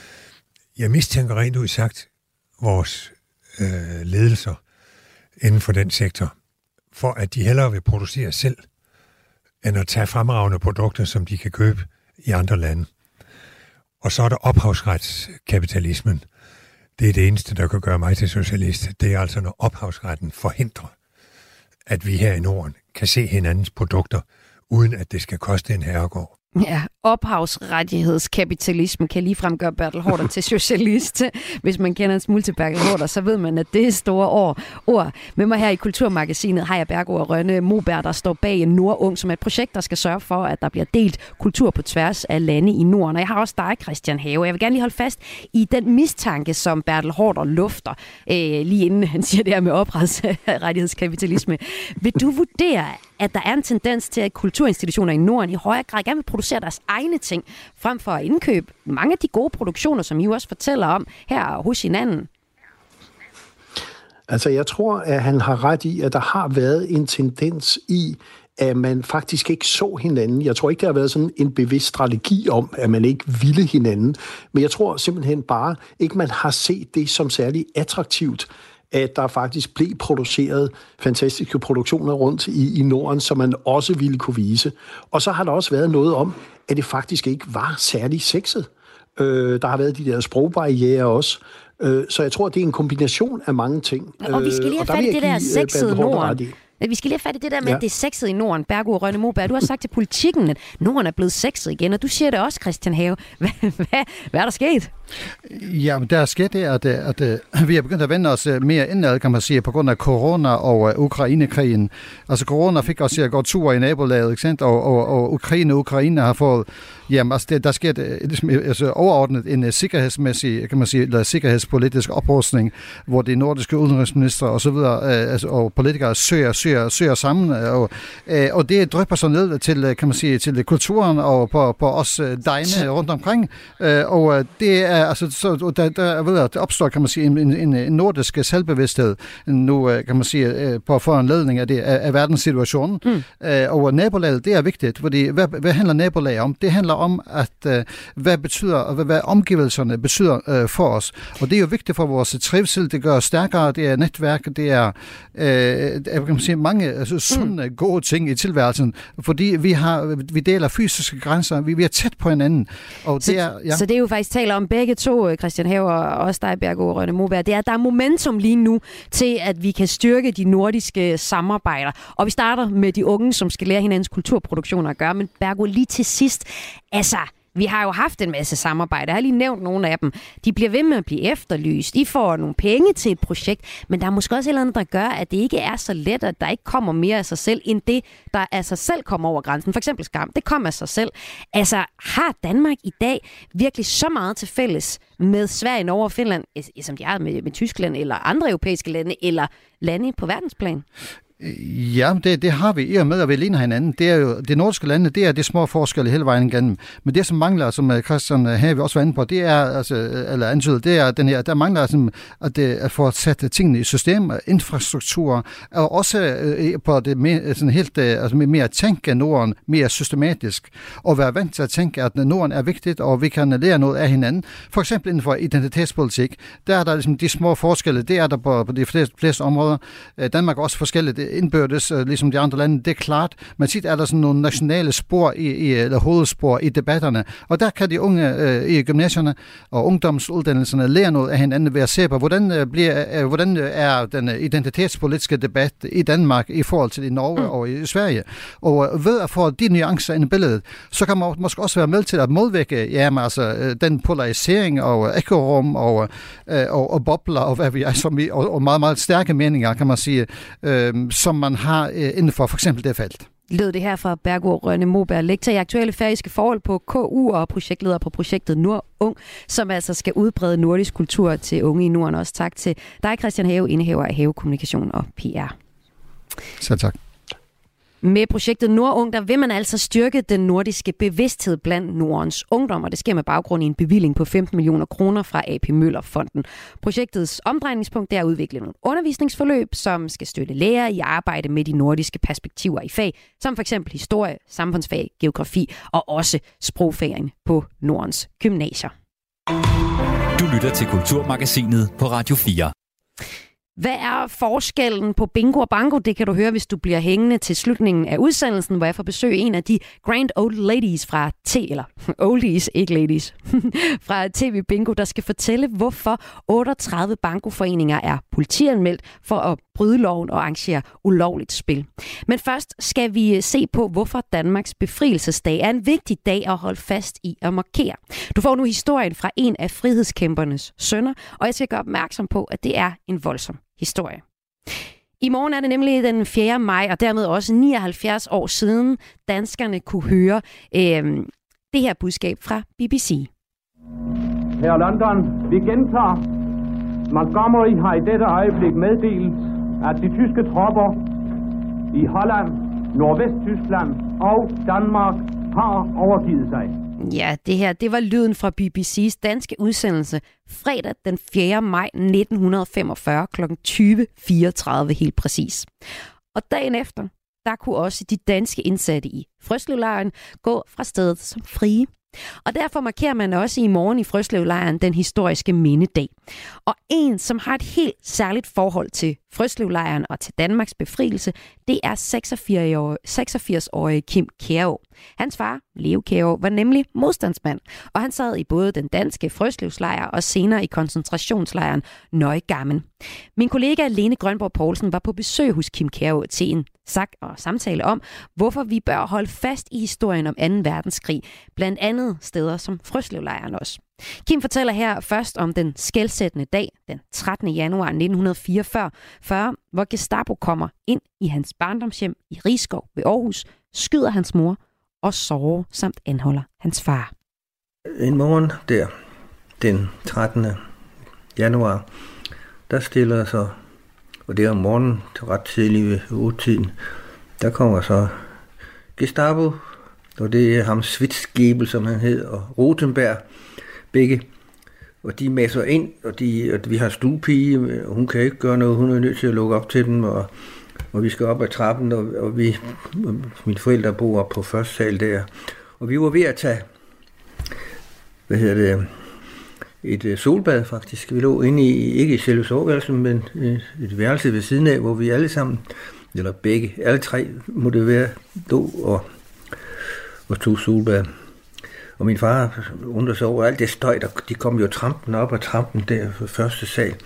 Jeg mistænker rent ud sagt vores øh, ledelser inden for den sektor, for at de hellere vil producere selv, end at tage fremragende produkter, som de kan købe i andre lande. Og så er der ophavsretskapitalismen. Det er det eneste, der kan gøre mig til socialist. Det er altså, når ophavsretten forhindrer, at vi her i Norden kan se hinandens produkter, uden at det skal koste en herregård. Ja, ophavsrettighedskapitalisme kan ligefrem gøre Bertel Haarder til socialist. Hvis man kender en smule til Bertel Haarder, så ved man, at det er store ord. ord. Med mig her i Kulturmagasinet har jeg Bergo og Rønne Moberg, der står bag Nordung, som er et projekt, der skal sørge for, at der bliver delt kultur på tværs af lande i Norden. Og jeg har også dig, Christian Have. Jeg vil gerne lige holde fast i den mistanke, som Bertel Haarder lufter, øh, lige inden han siger det her med ophavsrettighedskapitalisme. Vil du vurdere, at der er en tendens til, at kulturinstitutioner i Norden i højere grad gerne vil producere deres egne ting, frem for at indkøbe mange af de gode produktioner, som I også fortæller om her hos hinanden? Altså, jeg tror, at han har ret i, at der har været en tendens i, at man faktisk ikke så hinanden. Jeg tror ikke, der har været sådan en bevidst strategi om, at man ikke ville hinanden. Men jeg tror simpelthen bare ikke, man har set det som særlig attraktivt, at der faktisk blev produceret fantastiske produktioner rundt i, i Norden, som man også ville kunne vise. Og så har der også været noget om, at det faktisk ikke var særlig sexet. Øh, der har været de der sprogbarrierer også. Øh, så jeg tror, det er en kombination af mange ting. Og vi skal lige have fat i det der sexede Norden. Vi skal lige have fat i det der med, ja. At det er sexet i Norden. Bergo og Rønne Moberg, du har sagt til Politikken, at Norden er blevet sexet igen, og du siger det også, Christian Have. Hvad, hvad, hvad er der sket? Ja, men der er sket det, at, at, at vi har begyndt at vende os mere indad, kan man sige, på grund af corona og Ukraine-krigen. Altså corona fik os at gå tur i nabolaget, ikke sandt? Og, og, og Ukraine og Ukraine har fået, jamen altså det, der sker altså, overordnet en sikkerhedsmæssig, kan man sige, eller sikkerhedspolitisk oprustning, hvor de nordiske udenrigsminister og så videre, altså, og politikere søger, søger, søger sammen, og, og det drypper så ned til, kan man sige, til kulturen og på, på os dejne rundt omkring, og det er altså, så der, der, ved jeg, der opstår, kan man sige, en, en, en nordisk selvbevidsthed, nu kan man sige, på foranledning af, det, af, af verdenssituationen. Mm. Og nabolaget, det er vigtigt, fordi hvad, hvad handler nabolag om? Det handler om, at hvad betyder, hvad, hvad omgivelserne betyder for os. Og det er jo vigtigt for vores trivsel, det gør os stærkere, det er netværk, det er, øh, kan man sige, mange altså, sunde, mm. gode ting i tilværelsen, fordi vi har, vi deler fysiske grænser, vi, vi er tæt på hinanden. Og så, det er, ja. så det er jo faktisk taler om begge to, Christian Have og også dig, Bergo og Rønne Moberg, det er, at der er momentum lige nu til, at vi kan styrke de nordiske samarbejder. Og vi starter med de unge, som skal lære hinandens kulturproduktioner at gøre. Men Bergo, lige til sidst, altså, vi har jo haft en masse samarbejder. Jeg har lige nævnt nogle af dem. De bliver ved med at blive efterlyst. I får nogle penge til et projekt, men der er måske også et eller andet, der gør, at det ikke er så let, at der ikke kommer mere af sig selv, end det, der af sig selv kommer over grænsen. For eksempel skam, det kommer af sig selv. Altså, har Danmark i dag virkelig så meget til fælles med Sverige, Norge og Finland, som de har med, med Tyskland eller andre europæiske lande, eller lande på verdensplan? Ja, det, det har vi i og med, at vi ligner hinanden. Det er jo de nordiske lande, det er de små forskelle hele vejen igennem. Men det, som mangler, som Christian Have også var inde på, det er, altså, eller antydet, det er den her, der mangler altså, at, det, at få sat tingene i system, infrastruktur, og også øh, på det mere, sådan helt, altså, mere at tænke Norden mere systematisk, og være vant til at tænke, at Norden er vigtigt, og vi kan lære noget af hinanden. For eksempel inden for identitetspolitik, der er der ligesom de små forskelle, det er der på, på de fleste, fleste områder. Danmark er også forskelligt indbyrdes, ligesom de andre lande, det er klart, men tit er der sådan nogle nationale spor, i, i, eller hovedspor i debatterne, og der kan de unge øh, i gymnasierne og ungdomsuddannelserne lære noget af hinanden ved at se på, hvordan, øh, bliver, øh, hvordan er den identitetspolitiske debat i Danmark i forhold til i Norge mm. og i Sverige. Og ved at få de nuancer ind i billedet, så kan man måske også være med til at modvække jamen, altså, den polarisering og ekorum og, øh, og, og bobler og hvad vi er, som vi, og, og meget, meget stærke meninger, kan man sige, øh, som man har øh, inden for for eksempel det felt. Lød det her fra Bergur Rønne Moberg, lektor i aktuelle færøske forhold på K U og projektleder på projektet Nordung, som altså skal udbrede nordisk kultur til unge i Norden. Også tak til dig, Christian Have, indehaver af Have Kommunikation og P R. Så tak. Med projektet Nordung, der vil man altså styrke den nordiske bevidsthed blandt Nordens ungdom, og det sker med baggrund i en bevilling på femten millioner kroner fra A P Møller-fonden. Projektets omdrejningspunkt er at udvikle nogle undervisningsforløb, som skal støtte lærere i arbejde med de nordiske perspektiver i fag, som for eksempel historie, samfundsfag, geografi og også sprogfagene på Nordens gymnasier. Du lytter til Kulturmagasinet på Radio fire. Hvad er forskellen på bingo og banko? Det kan du høre, hvis du bliver hængende til slutningen af udsendelsen, hvor jeg får besøg en af de grand old ladies fra T, eller oldies, ikke ladies, fra T V Bingo, der skal fortælle, hvorfor otteogtredive bankoforeninger er politianmeldt for at bryde loven og arrangere ulovligt spil. Men først skal vi se på, hvorfor Danmarks befrielsesdag er en vigtig dag at holde fast i og markere. Du får nu historien fra en af frihedskæmpernes sønner, og jeg skal gøre opmærksom på, at det er en voldsom historie. I morgen er det nemlig den fjerde maj, og dermed også nioghalvfjerds år siden, danskerne kunne høre øh, det her budskab fra B B C. Her London, vi gentager. Montgomery har i dette øjeblik meddelt, at de tyske tropper i Holland, Nordvesttyskland og Danmark har overgivet sig. Ja, det her, det var lyden fra B B C's danske udsendelse fredag den fjerde maj nitten femogfyrre kl. tyve fireogtredive helt præcis. Og dagen efter, der kunne også de danske indsatte i Frøslevlejren gå fra stedet som frie. Og derfor markerer man også i morgen i Frøslevlejren den historiske mindedag. Og en, som har et helt særligt forhold til Frøslevlejren og til Danmarks befrielse, det er seksogfirs-årige Kim Kjærå. Hans far, Leo Kjærå, var nemlig modstandsmand, og han sad i både den danske Frøslevlejr og senere i koncentrationslejren Neugammen. Min kollega Lene Grønborg Poulsen var på besøg hos Kim Kjærå til en sak og samtale om, hvorfor vi bør holde fast i historien om anden verdenskrig, blandt andet steder som Frøslevlejren også. Kim fortæller her først om den skelsættende dag, den trettende januar nitten fireogfyrre, hvor Gestapo kommer ind i hans barndomshjem i Risskov ved Aarhus, skyder hans mor og sårer samt anholder hans far. En morgen der, den trettende januar, der stiller så, og det er om morgenen ret tidligt ved otte-tiden, der kommer så Gestapo, og det er ham Schwitzgebel, som han hed, og Rotenberg, begge, og de masser ind, og, de, og vi har stuepige, og hun kan ikke gøre noget, hun er nødt til at lukke op til dem, og, og vi skal op ad trappen, og, og vi, mine forældre bor på første sal der, og vi var ved at tage, hvad hedder det, et solbad faktisk. Vi lå inde i, ikke i selve soveværelsen, men et værelse ved siden af, hvor vi alle sammen, eller begge, alle tre, må det være, lå og, og tog solbad. Og min far undrede sig over alt det støj, der, de kom jo trampen op ad trampen der for første sal.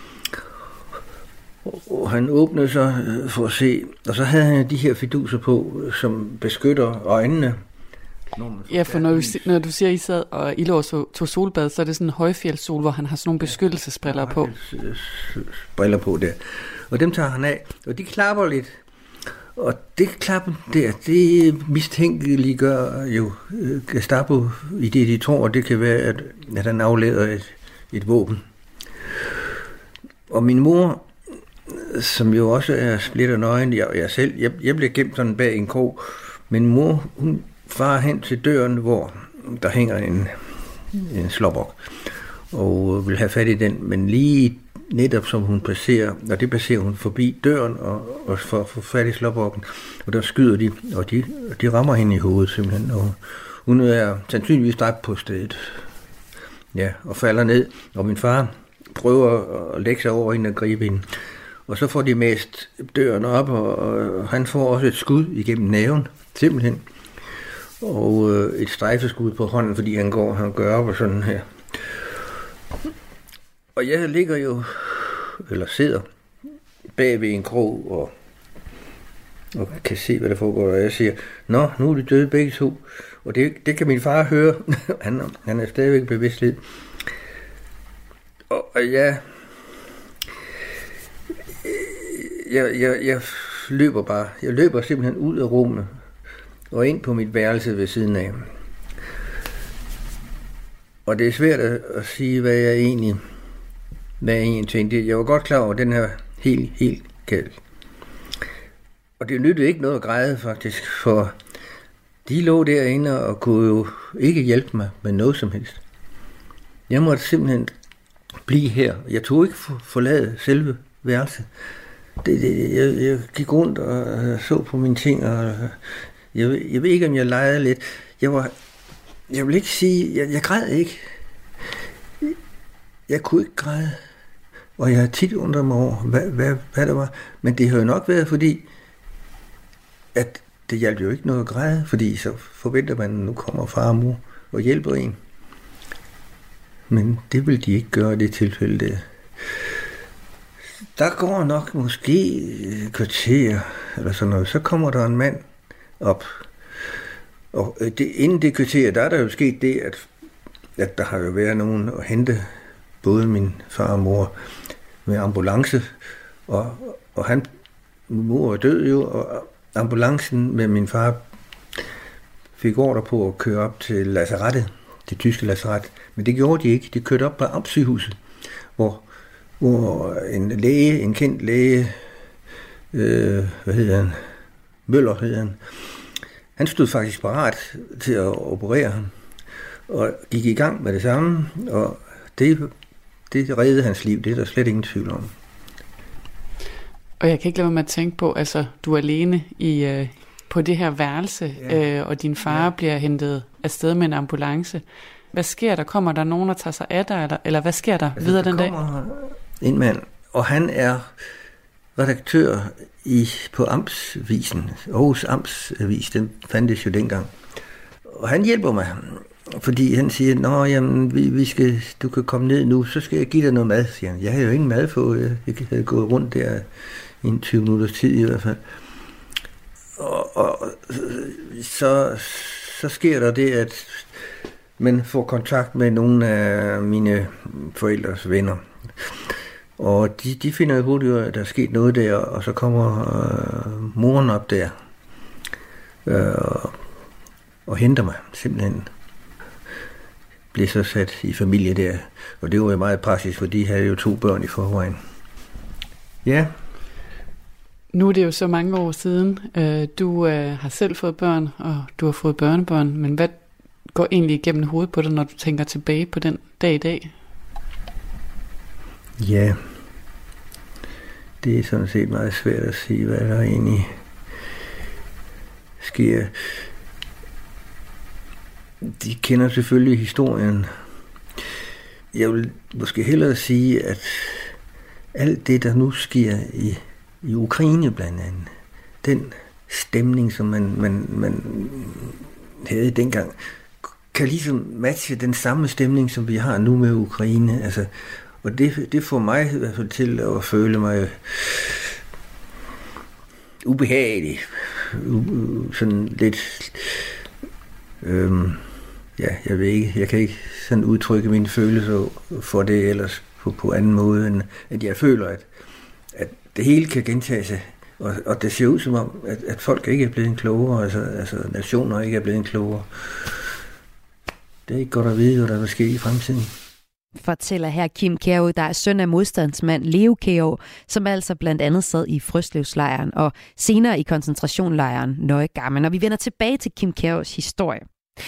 Og han åbnede så for at se, og så havde han de her fiduser på, som beskytter øjnene. Ja, for når du, når du siger, at I sad og I lå og tog solbad, så er det sådan en højfjeldssol, hvor han har sådan nogle beskyttelsesbriller på. Briller på der. Og dem tager han af, og de klapper lidt. Og det klappen der, det mistænkeliggør jo Gestapo i det, de tror, det kan være, at, at han afleder et, et våben. Og min mor, som jo også er splitter nøgen. Jeg, jeg selv, jeg, jeg blev gemt sådan bag en krog. Min mor, hun farer hen til døren, hvor der hænger en, en slåbok, og vil have fat i den, men lige netop som hun passerer, og det passerer hun forbi døren, og, og for at få fat i slåbokken, og der skyder de, og de, de rammer hende i hovedet simpelthen, og hun er sandsynligvis dræbt på stedet. Ja, og falder ned, og min far prøver at lægge sig over hende og gribe hende. Og så får de mest døren op, og, og han får også et skud igennem næven, simpelthen. Og øh, et strejfeskud på hånden, fordi han går, han gør op og sådan her. Og jeg ligger jo, eller sidder, bag ved en krog, og, og kan se, hvad der foregår, og jeg siger, nå, nu er de døde begge to. Og det, det kan min far høre. han, han er stadigvæk bevidsthed. Og, og jeg, jeg, jeg, jeg løber bare. Jeg løber simpelthen ud af rummet og ind på mit værelse ved siden af. Og det er svært at, at sige, hvad jeg egentlig, hvad jeg egentlig tænkte. Jeg var godt klar over, at den her helt, helt galt. Og det nyttede ikke noget at græde, faktisk, for de lå derinde og kunne jo ikke hjælpe mig med noget som helst. Jeg måtte simpelthen blive her. Jeg tog ikke for, forlade selve værelset. Det, det, jeg, jeg gik rundt og så på mine ting, og jeg, jeg ved ikke, om jeg legede lidt. Jeg var, jeg vil ikke sige, jeg, jeg græd ikke. Jeg kunne ikke græde. Og jeg har tit undret mig over, hvad, hvad, hvad der var. Men det har jo nok været, fordi at det hjalp jo ikke noget at græde, fordi så forventer man, at nu kommer far og mor og hjælper en. Men det vil de ikke gøre i det tilfælde. Der, der går nok måske et kvarter eller sådan noget, så kommer der en mand op. Og det, inden det kvarter, der er der jo sket det, at, at der har jo været nogen at hente både min far og mor med ambulance, og, og han, mor er død jo, og ambulancen med min far fik ordre på at køre op til lazarettet, det tyske lazaret. Men det gjorde de ikke. De kørte op på Amtssygehuset, hvor, hvor en læge, en kendt læge, øh, hvad hedder han, Møller hedder han, han stod faktisk parat til at operere ham, og gik i gang med det samme, og det, det reddede hans liv, det er der slet ingen tvivl om. Og jeg kan ikke lade mig med at tænke på, altså du er alene i, øh, på det her værelse, ja. øh, og din far ja. bliver hentet afsted med en ambulance. Hvad sker der? Kommer der nogen, der tager sig af dig, eller, eller hvad sker der altså, videre der den dag? Der kommer en mand, og han er redaktør i, på Amtsvisen, Aarhus Amtsavis, den fandtes jo dengang. Og han hjælper mig, fordi han siger, nå, jamen, vi, vi skal, du kan komme ned nu, så skal jeg give dig noget mad, siger han. Jeg havde jo ingen mad på, jeg, jeg havde gået rundt der i en tyve minutters tid i hvert fald. Og, og så, så sker der det, at man får kontakt med nogle af mine forældres venner. Og de, de finder jo hurtigt, at der er sket noget der, og så kommer øh, moren op der øh, og, og henter mig simpelthen. Blev så sat i familie der, og det var jo meget praktisk, for de havde jo to børn i forvejen. Ja. Nu er det jo så mange år siden. Du øh, har selv fået børn, og du har fået børnebørn, men hvad går egentlig igennem hovedet på dig, når du tænker tilbage på den dag i dag? Ja, det er sådan set meget svært at sige, hvad der egentlig sker. De kender selvfølgelig historien. Jeg vil måske hellere sige, at alt det, der nu sker i, i Ukraine blandt andet, den stemning, som man, man, man havde dengang, kan ligesom matche den samme stemning, som vi har nu med Ukraine. Altså, og det, det får mig i hvert fald til at føle mig ubehagelig. U- sådan lidt... Øhm, ja, jeg ved ikke, jeg kan ikke sådan udtrykke mine følelser for det ellers på, på anden måde, end at jeg føler, at, at det hele kan gentage sig. Og, og det ser ud som om, at, at folk ikke er blevet klogere, altså, altså nationer ikke er blevet klogere. Det er ikke godt at vide, hvad der vil ske i fremtiden. Fortæller her Kim Kjærud, der er søn af modstandsmand Leo Kjærud, som altså blandt andet sad i Frøslevslejren og senere i koncentrationslejren Nøje Gammen. Og vi vender tilbage til Kim Kjæruds historie.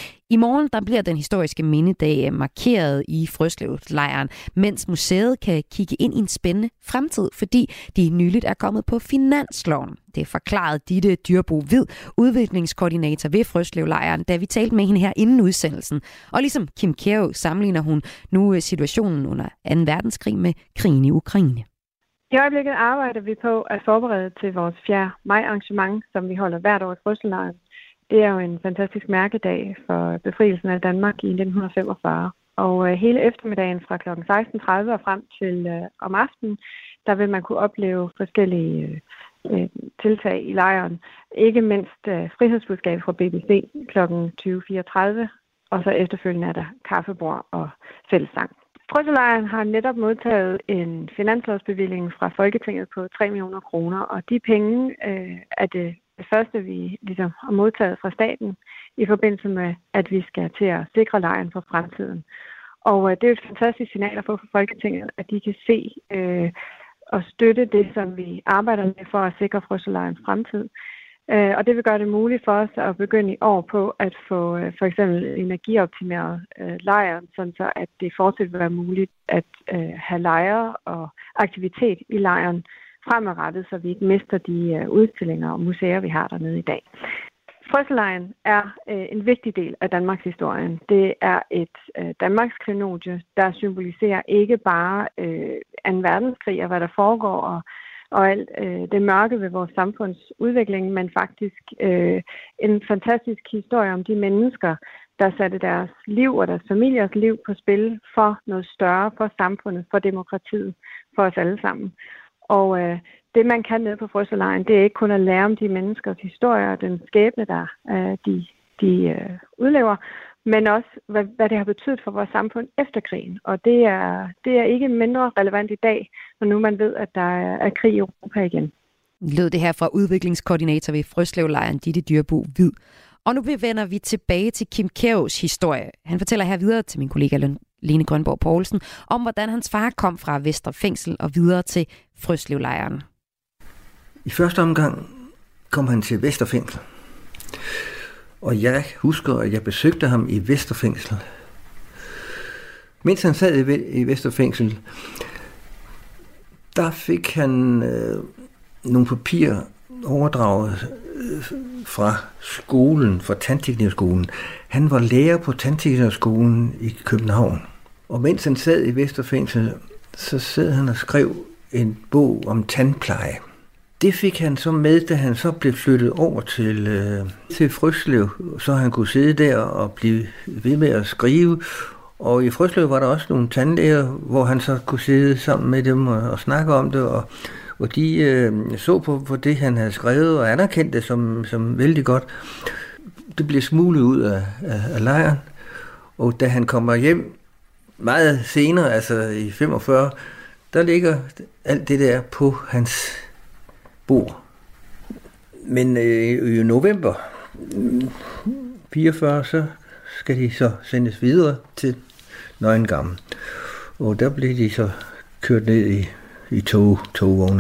I morgen der bliver den historiske mindedag markeret i Frøslevslejren, mens museet kan kigge ind i en spændende fremtid, fordi de nyligt er kommet på finansloven. Det forklarede Ditte Dyrbo Hvid, udviklingskoordinator ved Frøslevlejren, da vi talte med hende her inden udsendelsen. Og ligesom Kim Kjærud sammenligner hun nu situationen under anden verdenskrig med krigen i Ukraine. I øjeblikket arbejder vi på at forberede til vores fjerde maj-arrangement, som vi holder hvert år i Frøslevlejren. Det er jo en fantastisk mærkedag for befrielsen af Danmark i nitten femogfyrre. Og øh, hele eftermiddagen fra klokken seksten tredive og frem til øh, om aftenen, der vil man kunne opleve forskellige øh, tiltag i lejren. Ikke mindst øh, frihedsbudskab fra B B C klokken tyve fireogtredive, og så efterfølgende er der kaffebord og fællessang. Frøslevlejren har netop modtaget en finanslovsbevilling fra Folketinget på tre millioner kroner, og de penge øh, er det Det første, vi ligesom har modtaget fra staten i forbindelse med, at vi skal til at sikre lejren for fremtiden. Og øh, det er jo et fantastisk signal at få fra Folketinget, at de kan se øh, og støtte det, som vi arbejder med for at sikre Frøslevlejrens fremtid. Øh, og det vil gøre det muligt for os at begynde i år på at få øh, for eksempel energioptimeret øh, lejren, sådan så at det fortsat vil være muligt at øh, have lejre og aktivitet i lejren fremadrettet, så vi ikke mister de uh, udstillinger og museer, vi har dernede i dag. Frøslevlejren er uh, en vigtig del af Danmarks historie. Det er et uh, Danmarks klenodie, der symboliserer ikke bare uh, anden verdenskrig og hvad der foregår, og, og alt uh, det mørke ved vores samfundsudvikling, men faktisk uh, en fantastisk historie om de mennesker, der satte deres liv og deres familiers liv på spil for noget større, for samfundet, for demokratiet, for os alle sammen. Og øh, det, man kan nede på Frøslevlejren, det er ikke kun at lære om de menneskers historier og den skæbne, der øh, de, de øh, udlever, men også, hvad, hvad det har betydet for vores samfund efter krigen. Og det er, det er ikke mindre relevant i dag, når nu man ved, at der er, er krig i Europa igen. Lød det her fra udviklingskoordinator ved Frøslevlejren, Ditte Dyrbo Hvid. Og nu vender vi tilbage til Kim Kjæruds historie. Han fortæller her videre til min kollega Lene Grønborg Poulsen om, hvordan hans far kom fra Vestre Fængsel og videre til Frøslevlejren. I første omgang kom han til Vestre Fængsel. Og jeg husker, at jeg besøgte ham i Vestre Fængsel. Mens han sad i Vestre Fængsel, der fik han øh, nogle papirer overdraget øh, fra skolen, fra tandteknikerskolen. Han var lærer på tandteknikerskolen i København. Og mens han sad i Vestre Fængsel, så sad han og skrev en bog om tandpleje. Det fik han så med, da han så blev flyttet over til, øh, til Frøslev, så han kunne sidde der og blive ved med at skrive. Og i Frøslev var der også nogle tandlæger, hvor han så kunne sidde sammen med dem og, og snakke om det, og, og de øh, så på, på det, han havde skrevet, og anerkendte det som, som vældig godt. Det blev smuglet ud af, af, af lejren, og da han kommer hjem meget senere, altså i femogfyrre, der ligger alt det der på hans bord. Men øh, i november fireogfyrre, så skal de så sendes videre til Nøgen Gammen. Og der blev de så kørt ned i, i tog, togvogne.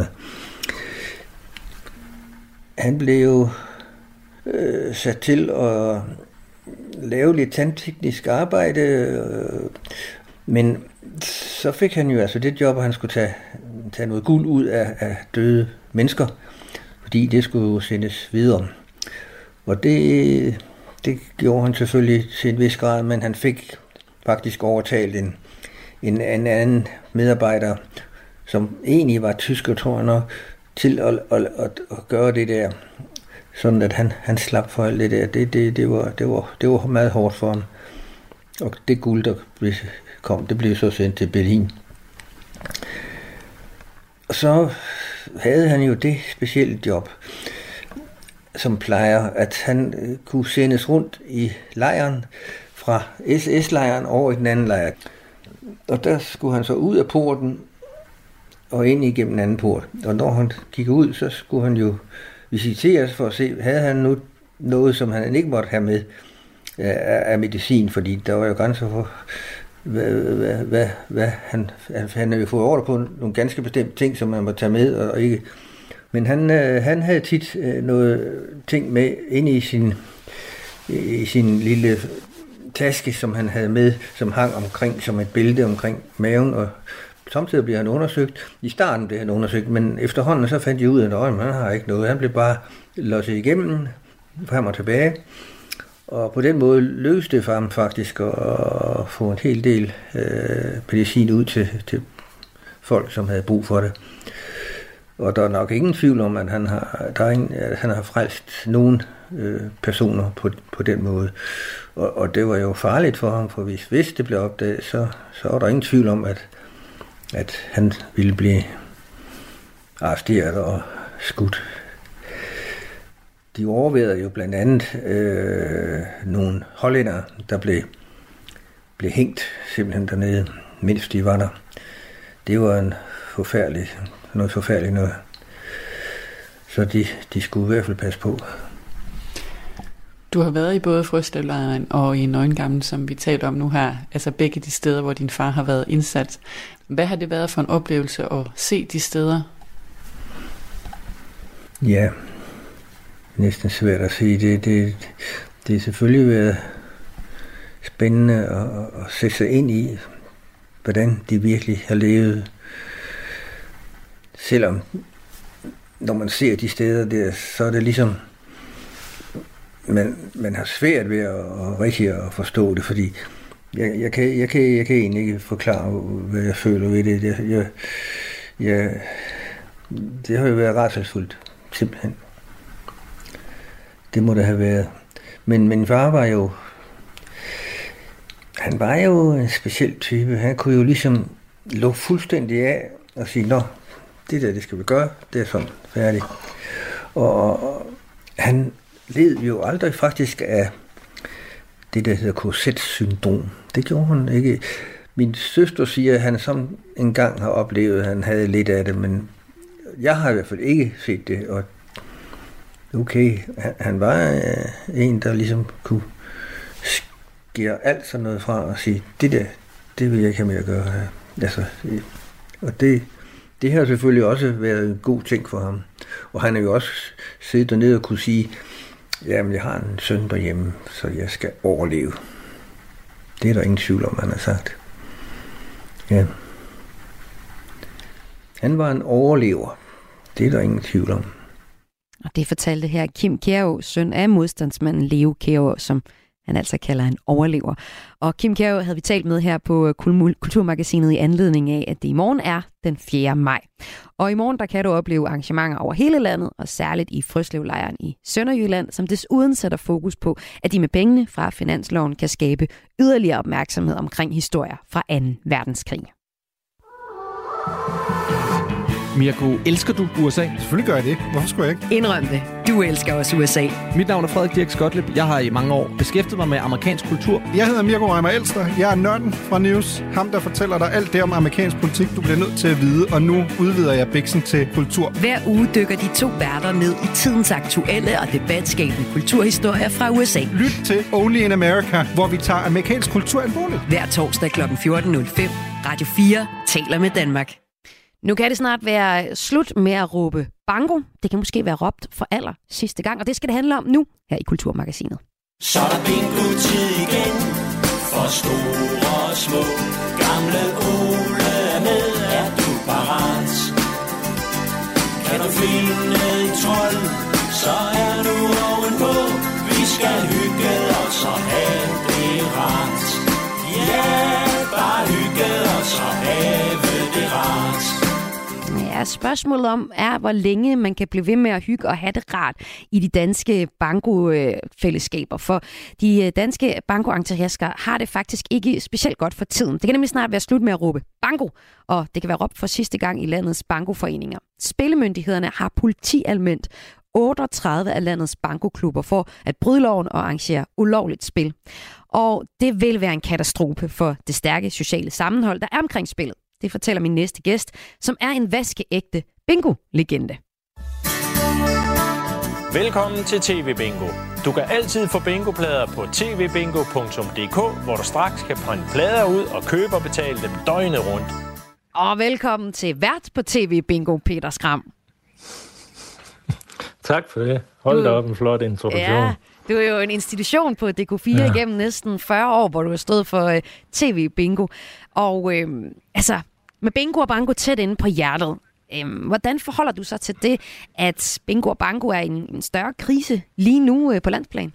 Han blev øh, sat til at lave lidt tandteknisk arbejde, øh, men så fik han jo altså det job, at han skulle tage, tage noget guld ud af, af døde mennesker, fordi det skulle jo sendes videre. Og det, det gjorde han selvfølgelig til en vis grad, men han fik faktisk overtalt en, en, en anden medarbejder, som egentlig var tysker, tror jeg nok, til at, at, at, at gøre det der, sådan at han, han slap for alt det der. Det, det, det, var, det, var, det var meget hårdt for ham. Og det guld, der kom, det blev så sendt til Berlin. Og så havde han jo det specielle job, som plejer, at han kunne sendes rundt i lejren, fra S S-lejren over i den anden lejr. Og der skulle han så ud af porten og ind igennem den anden port. Og når han gik ud, så skulle han jo visiteres for at se, havde han nu noget, som han ikke måtte have med af medicin, fordi der var jo grænser for, hvad, hvad, hvad, hvad han, han har jo fået ordre på nogle ganske bestemte ting, som man må tage med og ikke. Men han, han havde tit noget ting med inde i sin, i sin lille taske, som han havde med, som hang omkring som et bælte omkring maven, og samtidig bliver han undersøgt. I starten blev han undersøgt, men efterhånden så fandt de ud af, at han har ikke noget. Han blev bare losset igennem, frem og tilbage. Og på den måde lykkedes det for ham faktisk at få en hel del øh, medicin ud til, til folk, som havde brug for det. Og der er nok ingen tvivl om, at han har, der er ingen, at han har frelst nogle øh, personer på, på den måde. Og, og det var jo farligt for ham, for hvis, hvis det blev opdaget, så, så var der ingen tvivl om, at, at han ville blive arresteret og skudt. De overvejede jo blandt andet øh, nogle hollændere, der blev, blev hængt simpelthen dernede, mens de var der. Det var en forfærdelig, noget forfærdeligt noget. Så de, de skulle i hvert fald passe på. Du har været i både Frøslevlejren og i Neuengamme, som vi talte om nu her, altså begge de steder, hvor din far har været indsat. Hvad har det været for en oplevelse at se de steder? Ja, næsten svært at sige. Det, det, det er selvfølgelig været spændende at, at sætte sig ind i, hvordan de virkelig har levet. Selvom, når man ser de steder der, så er det ligesom, man, man har svært ved at, at rigtig at forstå det, fordi jeg, jeg, kan, jeg, kan, jeg kan egentlig ikke forklare, hvad jeg føler ved det. Jeg, jeg, jeg, det har jo været rædselsfuldt, simpelthen. Det må det have været. Men min far var jo, han var jo en speciel type. Han kunne jo ligesom lukke fuldstændig af og sige, nå, det der, det skal vi gøre, det er sådan færdigt. Og han led jo aldrig faktisk af det, der hedder K Z-syndrom. Det gjorde han ikke. Min søster siger, at han som engang har oplevet, at han havde lidt af det, men jeg har i hvert fald ikke set det. Og okay, han, han var øh, en, der ligesom kunne skære alt sådan noget fra og sige, det der, det vil jeg ikke have med at gøre. Altså, og det, det har selvfølgelig også været en god ting for ham. Og han er jo også siddet dernede og kunne sige, jamen jeg har en søn derhjemme, så jeg skal overleve. Det er der ingen tvivl om, han har sagt. Ja. Han var en overlever. Det er der ingen tvivl om. Og det fortalte her Kim Kjærå, søn af modstandsmanden Leo Kjærå, som han altså kalder en overlever. Og Kim Kjærå havde vi talt med her på Kulturmagasinet i anledning af, at det i morgen er den fjerde maj. Og i morgen der kan du opleve arrangementer over hele landet, og særligt i Frøslevlejren i Sønderjylland, som desuden sætter fokus på, at de med pengene fra finansloven kan skabe yderligere opmærksomhed omkring historier fra anden verdenskrig. Mirko, elsker du U S A? Selvfølgelig gør jeg det. Hvorfor skulle jeg ikke? Indrøm det. Du elsker også U S A. Mit navn er Frederik Dirk Skotleb. Jeg har i mange år beskæftiget mig med amerikansk kultur. Jeg hedder Mirko Reimer Elster. Jeg er nørden fra News. Ham, der fortæller dig alt det om amerikansk politik, du bliver nødt til at vide. Og nu udvider jeg biksen til kultur. Hver uge dykker de to værter ned i tidens aktuelle og debatskabende kulturhistorier fra U S A. Lyt til Only in America, hvor vi tager amerikansk kultur alvorligt. Hver torsdag klokken fjorten nul fem. Radio fire taler med Danmark. Nu kan det snart være slut med at råbe bango. Det kan måske være råbt for aller sidste gang, og det skal det handle om nu her i Kulturmagasinet. Så er der bingo-tid igen for store og små. Gamle Ole er med, er du parat? Kan du finde et trold, så er du ovenpå. Vi skal hygge os og have det rart. Ja, bare hygge os og have det rart. Ja, spørgsmålet om er, hvor længe man kan blive ved med at hygge og have det rart i de danske banko-fællesskaber. For de danske banko-entusiaster har det faktisk ikke specielt godt for tiden. Det kan nemlig snart være slut med at råbe banko, og det kan være råbt for sidste gang i landets bankoforeninger. Spillemyndighederne har politianmeldt otteogtredive af landets bankoklubber for at bryde loven og arrangere ulovligt spil. Og det vil være en katastrofe for det stærke sociale sammenhold, der er omkring spillet. Det fortæller min næste gæst, som er en vaskeægte bingo-legende. Velkommen til T V Bingo. Du kan altid få bingoplader på t v bingo punktum d k, hvor du straks kan printe plader ud og købe og betale dem døgnet rundt. Og velkommen til vært på T V Bingo, Peter Skram. Tak for det. Hold da op en flot introduktion. Ja, du er jo en institution på D K fire ja. Igennem næsten fyrre år, hvor du har stået for uh, T V Bingo. Og øh, altså, med bingo og banko tæt inde på hjertet, øh, hvordan forholder du sig til det, at bingo og banko er en, en større krise lige nu øh, på landsplan?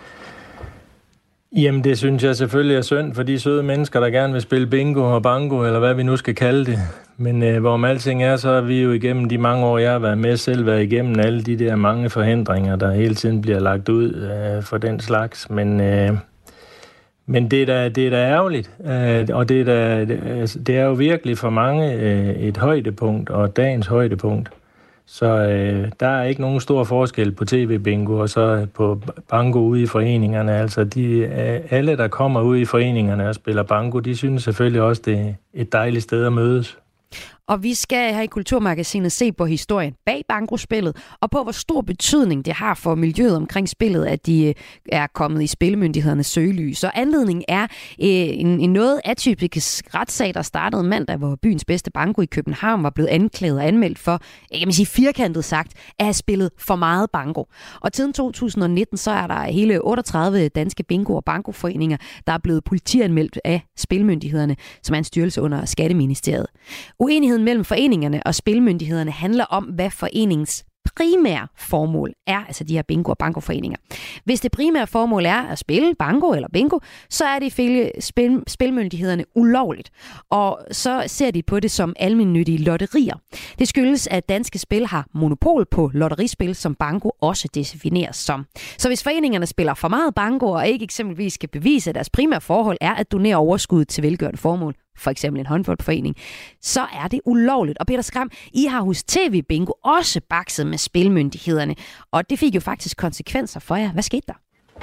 Jamen, det synes jeg selvfølgelig er synd for de søde mennesker, der gerne vil spille bingo og banko, eller hvad vi nu skal kalde det. Men øh, hvorom alting er, så er vi jo igennem de mange år, jeg har været med selv, været igennem alle de der mange forhindringer, der hele tiden bliver lagt ud øh, for den slags. Men, øh, men det, er da, det er da ærgerligt, øh, og det er, da, det er jo virkelig for mange øh, et højdepunkt, og dagens højdepunkt. Så øh, der er ikke nogen stor forskel på T V-bingo og så på banko ude i foreningerne. Altså de, øh, alle, der kommer ud i foreningerne og spiller banko, de synes selvfølgelig også, det er et dejligt sted at mødes. Og vi skal her i Kulturmagasinet se på historien bag bankospillet, og på hvor stor betydning det har for miljøet omkring spillet, at de er kommet i spillemyndighedernes søgelys. Så anledningen er øh, en, en noget atypisk retssag, der startede mandag, hvor byens bedste banko i København var blevet anklaget og anmeldt for, jeg kan sige firkantet sagt, at have spillet for meget banko. Og siden to tusind nitten, så er der hele otteogtredive danske bingo- og bankoforeninger, der er blevet politianmeldt af spillemyndighederne, som er en styrelse under Skatteministeriet. Uenigheden mellem foreningerne og spilmyndighederne handler om, hvad foreningens primære formål er, altså de her bingo- og bankoforeninger. Hvis det primære formål er at spille banko eller bingo, så er det ifølge spil- spilmyndighederne ulovligt, og så ser de på det som almennyttige lotterier. Det skyldes, at Danske Spil har monopol på lotterispil, som banko også defineres som. Så hvis foreningerne spiller for meget banko og ikke eksempelvis skal bevise, at deres primære forhold er at donere overskud til velgørende formål, for eksempel en håndboldforening, så er det ulovligt. Og Peter Skram, I har hos T V Bingo også bakset med spilmyndighederne, og det fik jo faktisk konsekvenser for jer. Hvad skete der?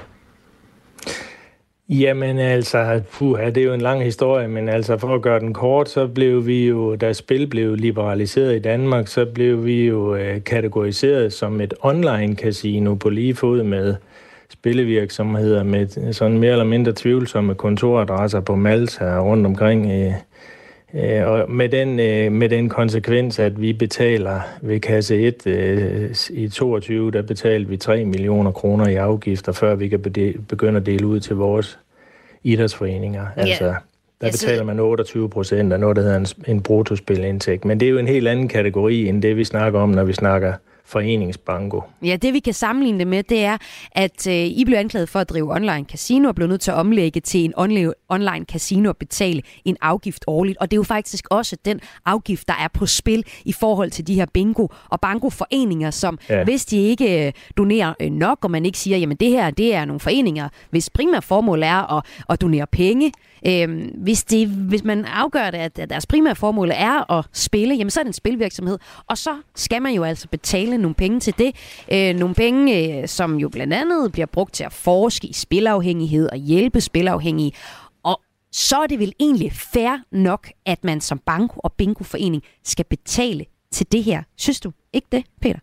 Jamen altså, puha, det er jo en lang historie, men altså for at gøre den kort, så blev vi jo, da spil blev liberaliseret i Danmark, så blev vi jo øh, kategoriseret som et online casino på lige fod med spillevirksomheder med sådan mere eller mindre tvivlsomme kontoradresser på Malta rundt omkring. Øh, øh, og med den, øh, med den konsekvens, at vi betaler ved kasse et øh, i toogtyve, der betalte vi tre millioner kroner i afgifter, før vi kan begynde at dele ud til vores idrætsforeninger. Yeah. Altså, der betaler man otteogtyve procent af noget, der hedder en, en bruttospilindtægt. Men det er jo en helt anden kategori, end det vi snakker om, når vi snakker foreningsbanko. Ja, det vi kan sammenligne det med, det er, at øh, I blev anklaget for at drive online casino og blev nødt til at omlægge til en online, online casino og betale en afgift årligt. Og det er jo faktisk også den afgift, der er på spil i forhold til de her bingo- og bankoforeninger, som ja. Hvis de ikke øh, donerer øh, nok, og man ikke siger, jamen det her, det er nogle foreninger, hvis primære formål er at, at donere penge. Øh, hvis, det, hvis man afgør det, at deres primære formål er at spille, jamen så er det en spilvirksomhed, og så skal man jo altså betale nogle penge til det. Øh, nogle penge, øh, som jo blandt andet bliver brugt til at forske i spilafhængighed og hjælpe spilafhængige. Og så er det vel egentlig fair nok, at man som banko- og bingoforening skal betale til det her. Synes du ikke det, Peter?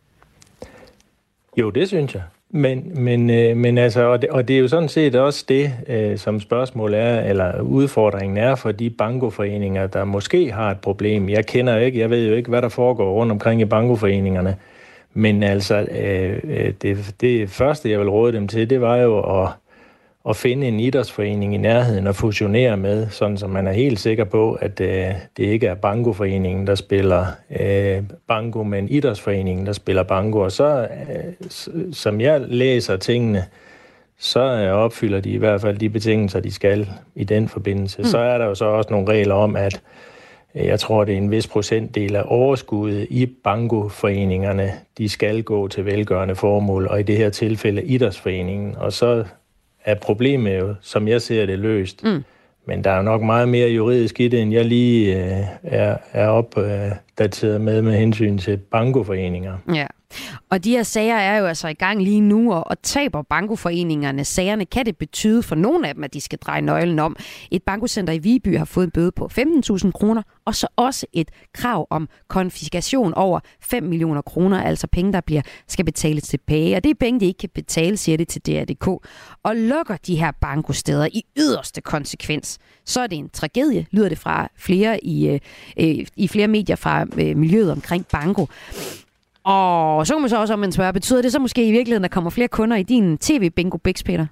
Jo, det synes jeg. Men, men, øh, men altså, og det, og det er jo sådan set også det, øh, som spørgsmålet er, eller udfordringen er for de bankoforeninger, der måske har et problem. Jeg kender ikke, jeg ved jo ikke, hvad der foregår rundt omkring i bankoforeningerne, men altså, øh, det, det første, jeg vil råde dem til, det var jo at, at finde en idrætsforening i nærheden og fusionere med, sådan så man er helt sikker på, at øh, det ikke er bankoforeningen, der spiller øh, banko, men idrætsforeningen, der spiller banko. Og så, øh, som jeg læser tingene, så øh, opfylder de i hvert fald de betingelser, de skal i den forbindelse. Mm. Så er der jo så også nogle regler om, at øh, jeg tror, det er en vis procentdel af overskuddet i bankoforeningerne, de skal gå til velgørende formål, og i det her tilfælde idrætsforeningen. Og så er problemet jo, som jeg ser det, løst. Mm. Men der er nok meget mere juridisk i det, end jeg lige øh, er, er opdateret øh, med med hensyn til bankoforeninger. Ja, Og de her sager er jo altså i gang lige nu, og, og taber bankoforeningerne sagerne, kan det betyde for nogle af dem, at de skal dreje nøglen om. Et bankocenter i Viby har fået en bøde på femten tusind kroner, og så også et krav om konfiskation over fem millioner kroner, altså penge, der bliver, skal betales tilbage. Og det er penge, de ikke kan betale, siger det til D R punktum D K. Og lukker de her bankosteder i yderste konsekvens, så er det en tragedie, lyder det fra flere i, øh, i flere medier fra øh, miljøet omkring banko. Og så kan man så også om en spørge, betyder det så måske i virkeligheden, at der kommer flere kunder i din tv-bingo, Bix, Peter?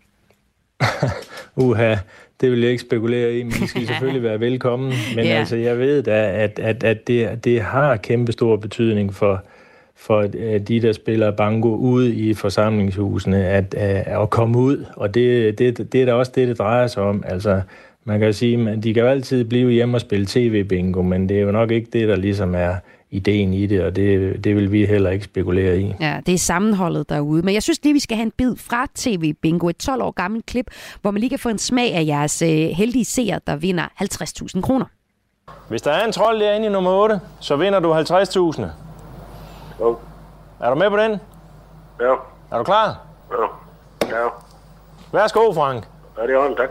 Uha, det vil jeg ikke spekulere i, men de skal selvfølgelig være velkommen. Men ja. altså, jeg ved da, at, at, at det, det har kæmpe stor betydning for, for de, der spiller banko ude i forsamlingshusene, at, at, at komme ud. Og det, det, det er da også det, det drejer sig om. Altså, man kan sige, at de kan jo altid blive hjemme og spille tv-bingo, men det er jo nok ikke det, der ligesom er ideen i det, og det, det vil vi heller ikke spekulere i. Ja, det er sammenholdet derude. Men jeg synes lige, vi skal have en bid fra T V Bingo, et tolv år gammelt klip, hvor man lige kan få en smag af jeres øh, heldige seere, der vinder halvtreds tusind kroner. Hvis der er en trold derinde i nummer otte, så vinder du halvtreds tusind. Jo. Er du med på den? Ja. Er du klar? Ja. Ja. Værsgo, Frank. Ja, det er ordentligt, tak.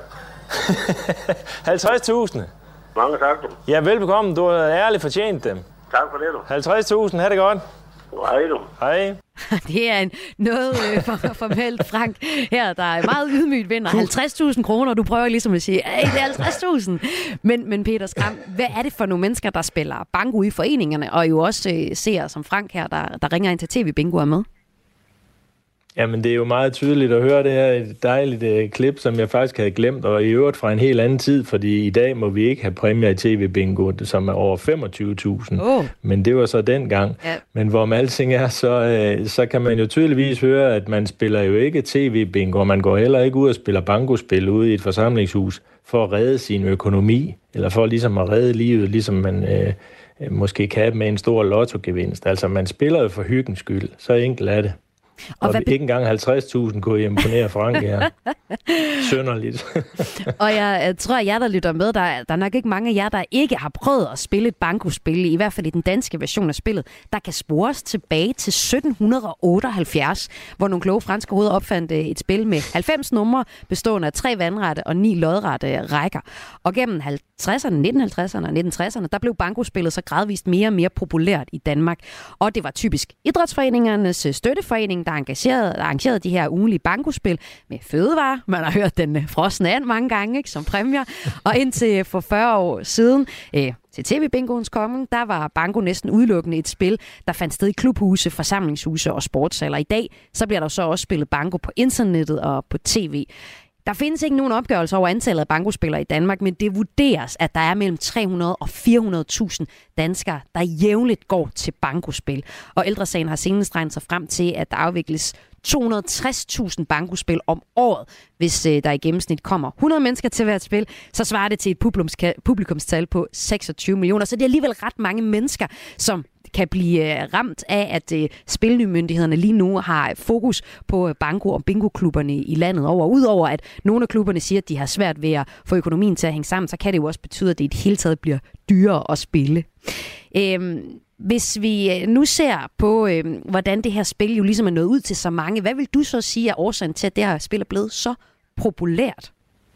halvtreds tusind. Mange tak, du. Ja, velbekomme. Du har ærligt fortjent dem. Tak for det, du. halvtreds tusind, ha' det godt. Hej, du. Hej. Det er en noget øh, for, formelt Frank her, der er meget ydmygt vinder. halvtreds tusind kroner, du prøver ligesom at sige, hey, det er halvtreds tusind. Men, men Peter Skram, hvad er det for nogle mennesker, der spiller banko i foreningerne, og jo også øh, ser som Frank her, der, der ringer ind til T V Bingo er med? Jamen, det er jo meget tydeligt at høre det her et dejligt uh, klip, som jeg faktisk havde glemt, og i øvrigt fra en helt anden tid, fordi i dag må vi ikke have præmier i T V-bingo, som er over femogtyve tusind. Oh. Men det var så dengang. Ja. Men hvor med alting er, så, uh, så kan man jo tydeligvis høre, at man spiller jo ikke T V-bingo, og man går heller ikke ud og spiller bankospil ude i et forsamlingshus for at redde sin økonomi, eller for ligesom at redde livet, ligesom man uh, måske kan med en stor lottogevinst. Altså, man spiller jo for hyggens skyld. Så enkelt er det. Og, og be- ikke engang halvtreds tusind kunne imponere Frank her. Sønderligt. Og jeg tror, at jer, der lytter med, der, der er nok ikke mange af jer, der ikke har prøvet at spille et bankospil, i hvert fald i den danske version af spillet, der kan spores tilbage til sytten otteoghalvfjerds, hvor nogle kloge franske hoveder opfandt et spil med halvfems numre, bestående af tre vandrette og ni lodrette rækker. Og gennem halvtredserne, nitten halvtredserne og nitten tresserne, der blev bankospillet så gradvist mere og mere populært i Danmark. Og det var typisk idrætsforeningernes støtteforening, der arrangerede, der arrangerede de her ugenlige bankospil med fødevarer. Man har hørt den frosne and mange gange, ikke, som præmier. Og indtil for fyrre år siden, øh, til T V-bingoens kommen, der var banko næsten udelukkende et spil, der fandt sted i klubhuse, forsamlingshuse og sportssaler. I dag så bliver der så også spillet banko på internettet og på tv. Der findes ikke nogen opgørelse over antallet af bankospillere i Danmark, men det vurderes, at der er mellem tre hundrede og fire hundrede tusind danskere, der jævnligt går til bankospil. Og Ældre Sagen har senest regnet sig frem til, at der afvikles to hundrede og tres tusind bankospil om året. Hvis øh, der i gennemsnit kommer hundrede mennesker til hvert spil, så svarer det til et publikumska- publikumstal på seksogtyve millioner. Så det er alligevel ret mange mennesker, som kan blive ramt af, at øh, spilmyndighederne lige nu har fokus på banko- og bingo-klubberne i landet over. Udover at nogle af klubberne siger, at de har svært ved at få økonomien til at hænge sammen, så kan det jo også betyde, at det i det hele taget bliver dyrere at spille. Øhm, hvis vi nu ser på, øh, hvordan det her spil jo ligesom er nået ud til så mange, hvad vil du så sige er årsagen til, at det her spil er blevet så populært?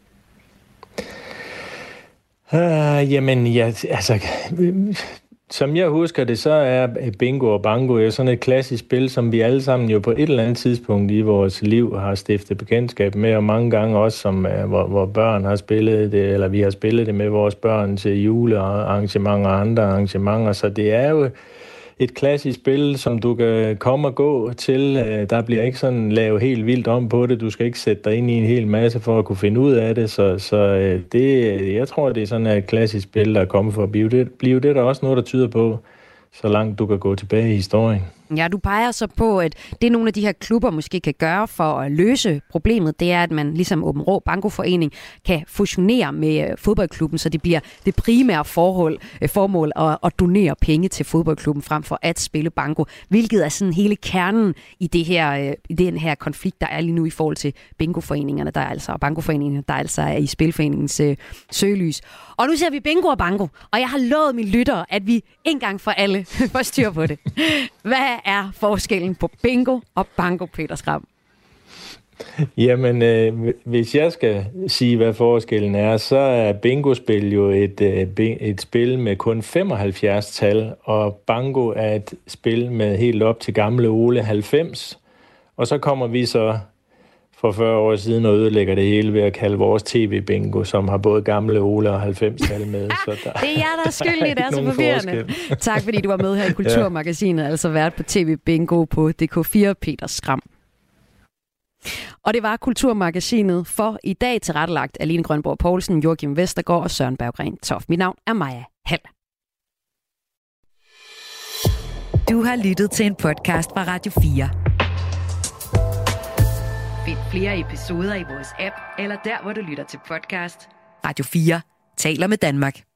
Uh, jamen, ja, altså... Som jeg husker det, så er bingo og banko jo sådan et klassisk spil, som vi alle sammen jo på et eller andet tidspunkt i vores liv har stiftet bekendtskab med, og mange gange også, som, hvor, hvor børn har spillet det, eller vi har spillet det med vores børn til julearrangementer og andre arrangementer. Så det er jo et klassisk spil, som du kan komme og gå til. Der bliver ikke sådan lavet helt vildt om på det. Du skal ikke sætte dig ind i en hel masse for at kunne finde ud af det. Så, så det, jeg tror, det er sådan et klassisk spil, der er kommet for at blive det. Bliver det der også noget, der tyder på, så langt du kan gå tilbage i historien. Ja, du peger så på, at det nogle af de her klubber måske kan gøre for at løse problemet, det er, at man ligesom Åben Rå Bankoforening kan fusionere med fodboldklubben, så det bliver det primære forhold, formål at, at donere penge til fodboldklubben frem for at spille banko, hvilket er sådan hele kernen i, det her, i den her konflikt, der er lige nu i forhold til bingoforeningerne, der er altså, og bankoforeningerne, der altså er i Spilforeningens øh, søgelys. Og nu ser vi bingo og banko, og jeg har lovet mine lyttere, at vi en gang for alle det. Få styr på det. Hvad er forskellen på bingo og banko, Peter Skram? Jamen, øh, hvis jeg skal sige, hvad forskellen er, så er bingospil jo et, øh, et spil med kun femoghalvfjerds tal, og banko er et spil med helt op til gamle Ole halvfems. Og så kommer vi så for fyrre år siden og ødelægger det hele ved at kalde vores tv-bingo, som har både gamle Ole og halvfems tal med. Så der, det er jeg, der er skyldig, det er så forvirrende. Tak fordi du var med her i Kulturmagasinet, ja. Altså vært på tv-bingo på D K fire, Peter Skram. Og det var Kulturmagasinet for i dag, tilrettelagt af Line Grønborg Poulsen, Joachim Vestergaard og Søren Berggren Toft. Mit navn er Maja Hall. Du har lyttet til en podcast fra Radio fire. Find flere episoder i vores app, eller der, hvor du lytter til podcast. Radio fire taler med Danmark.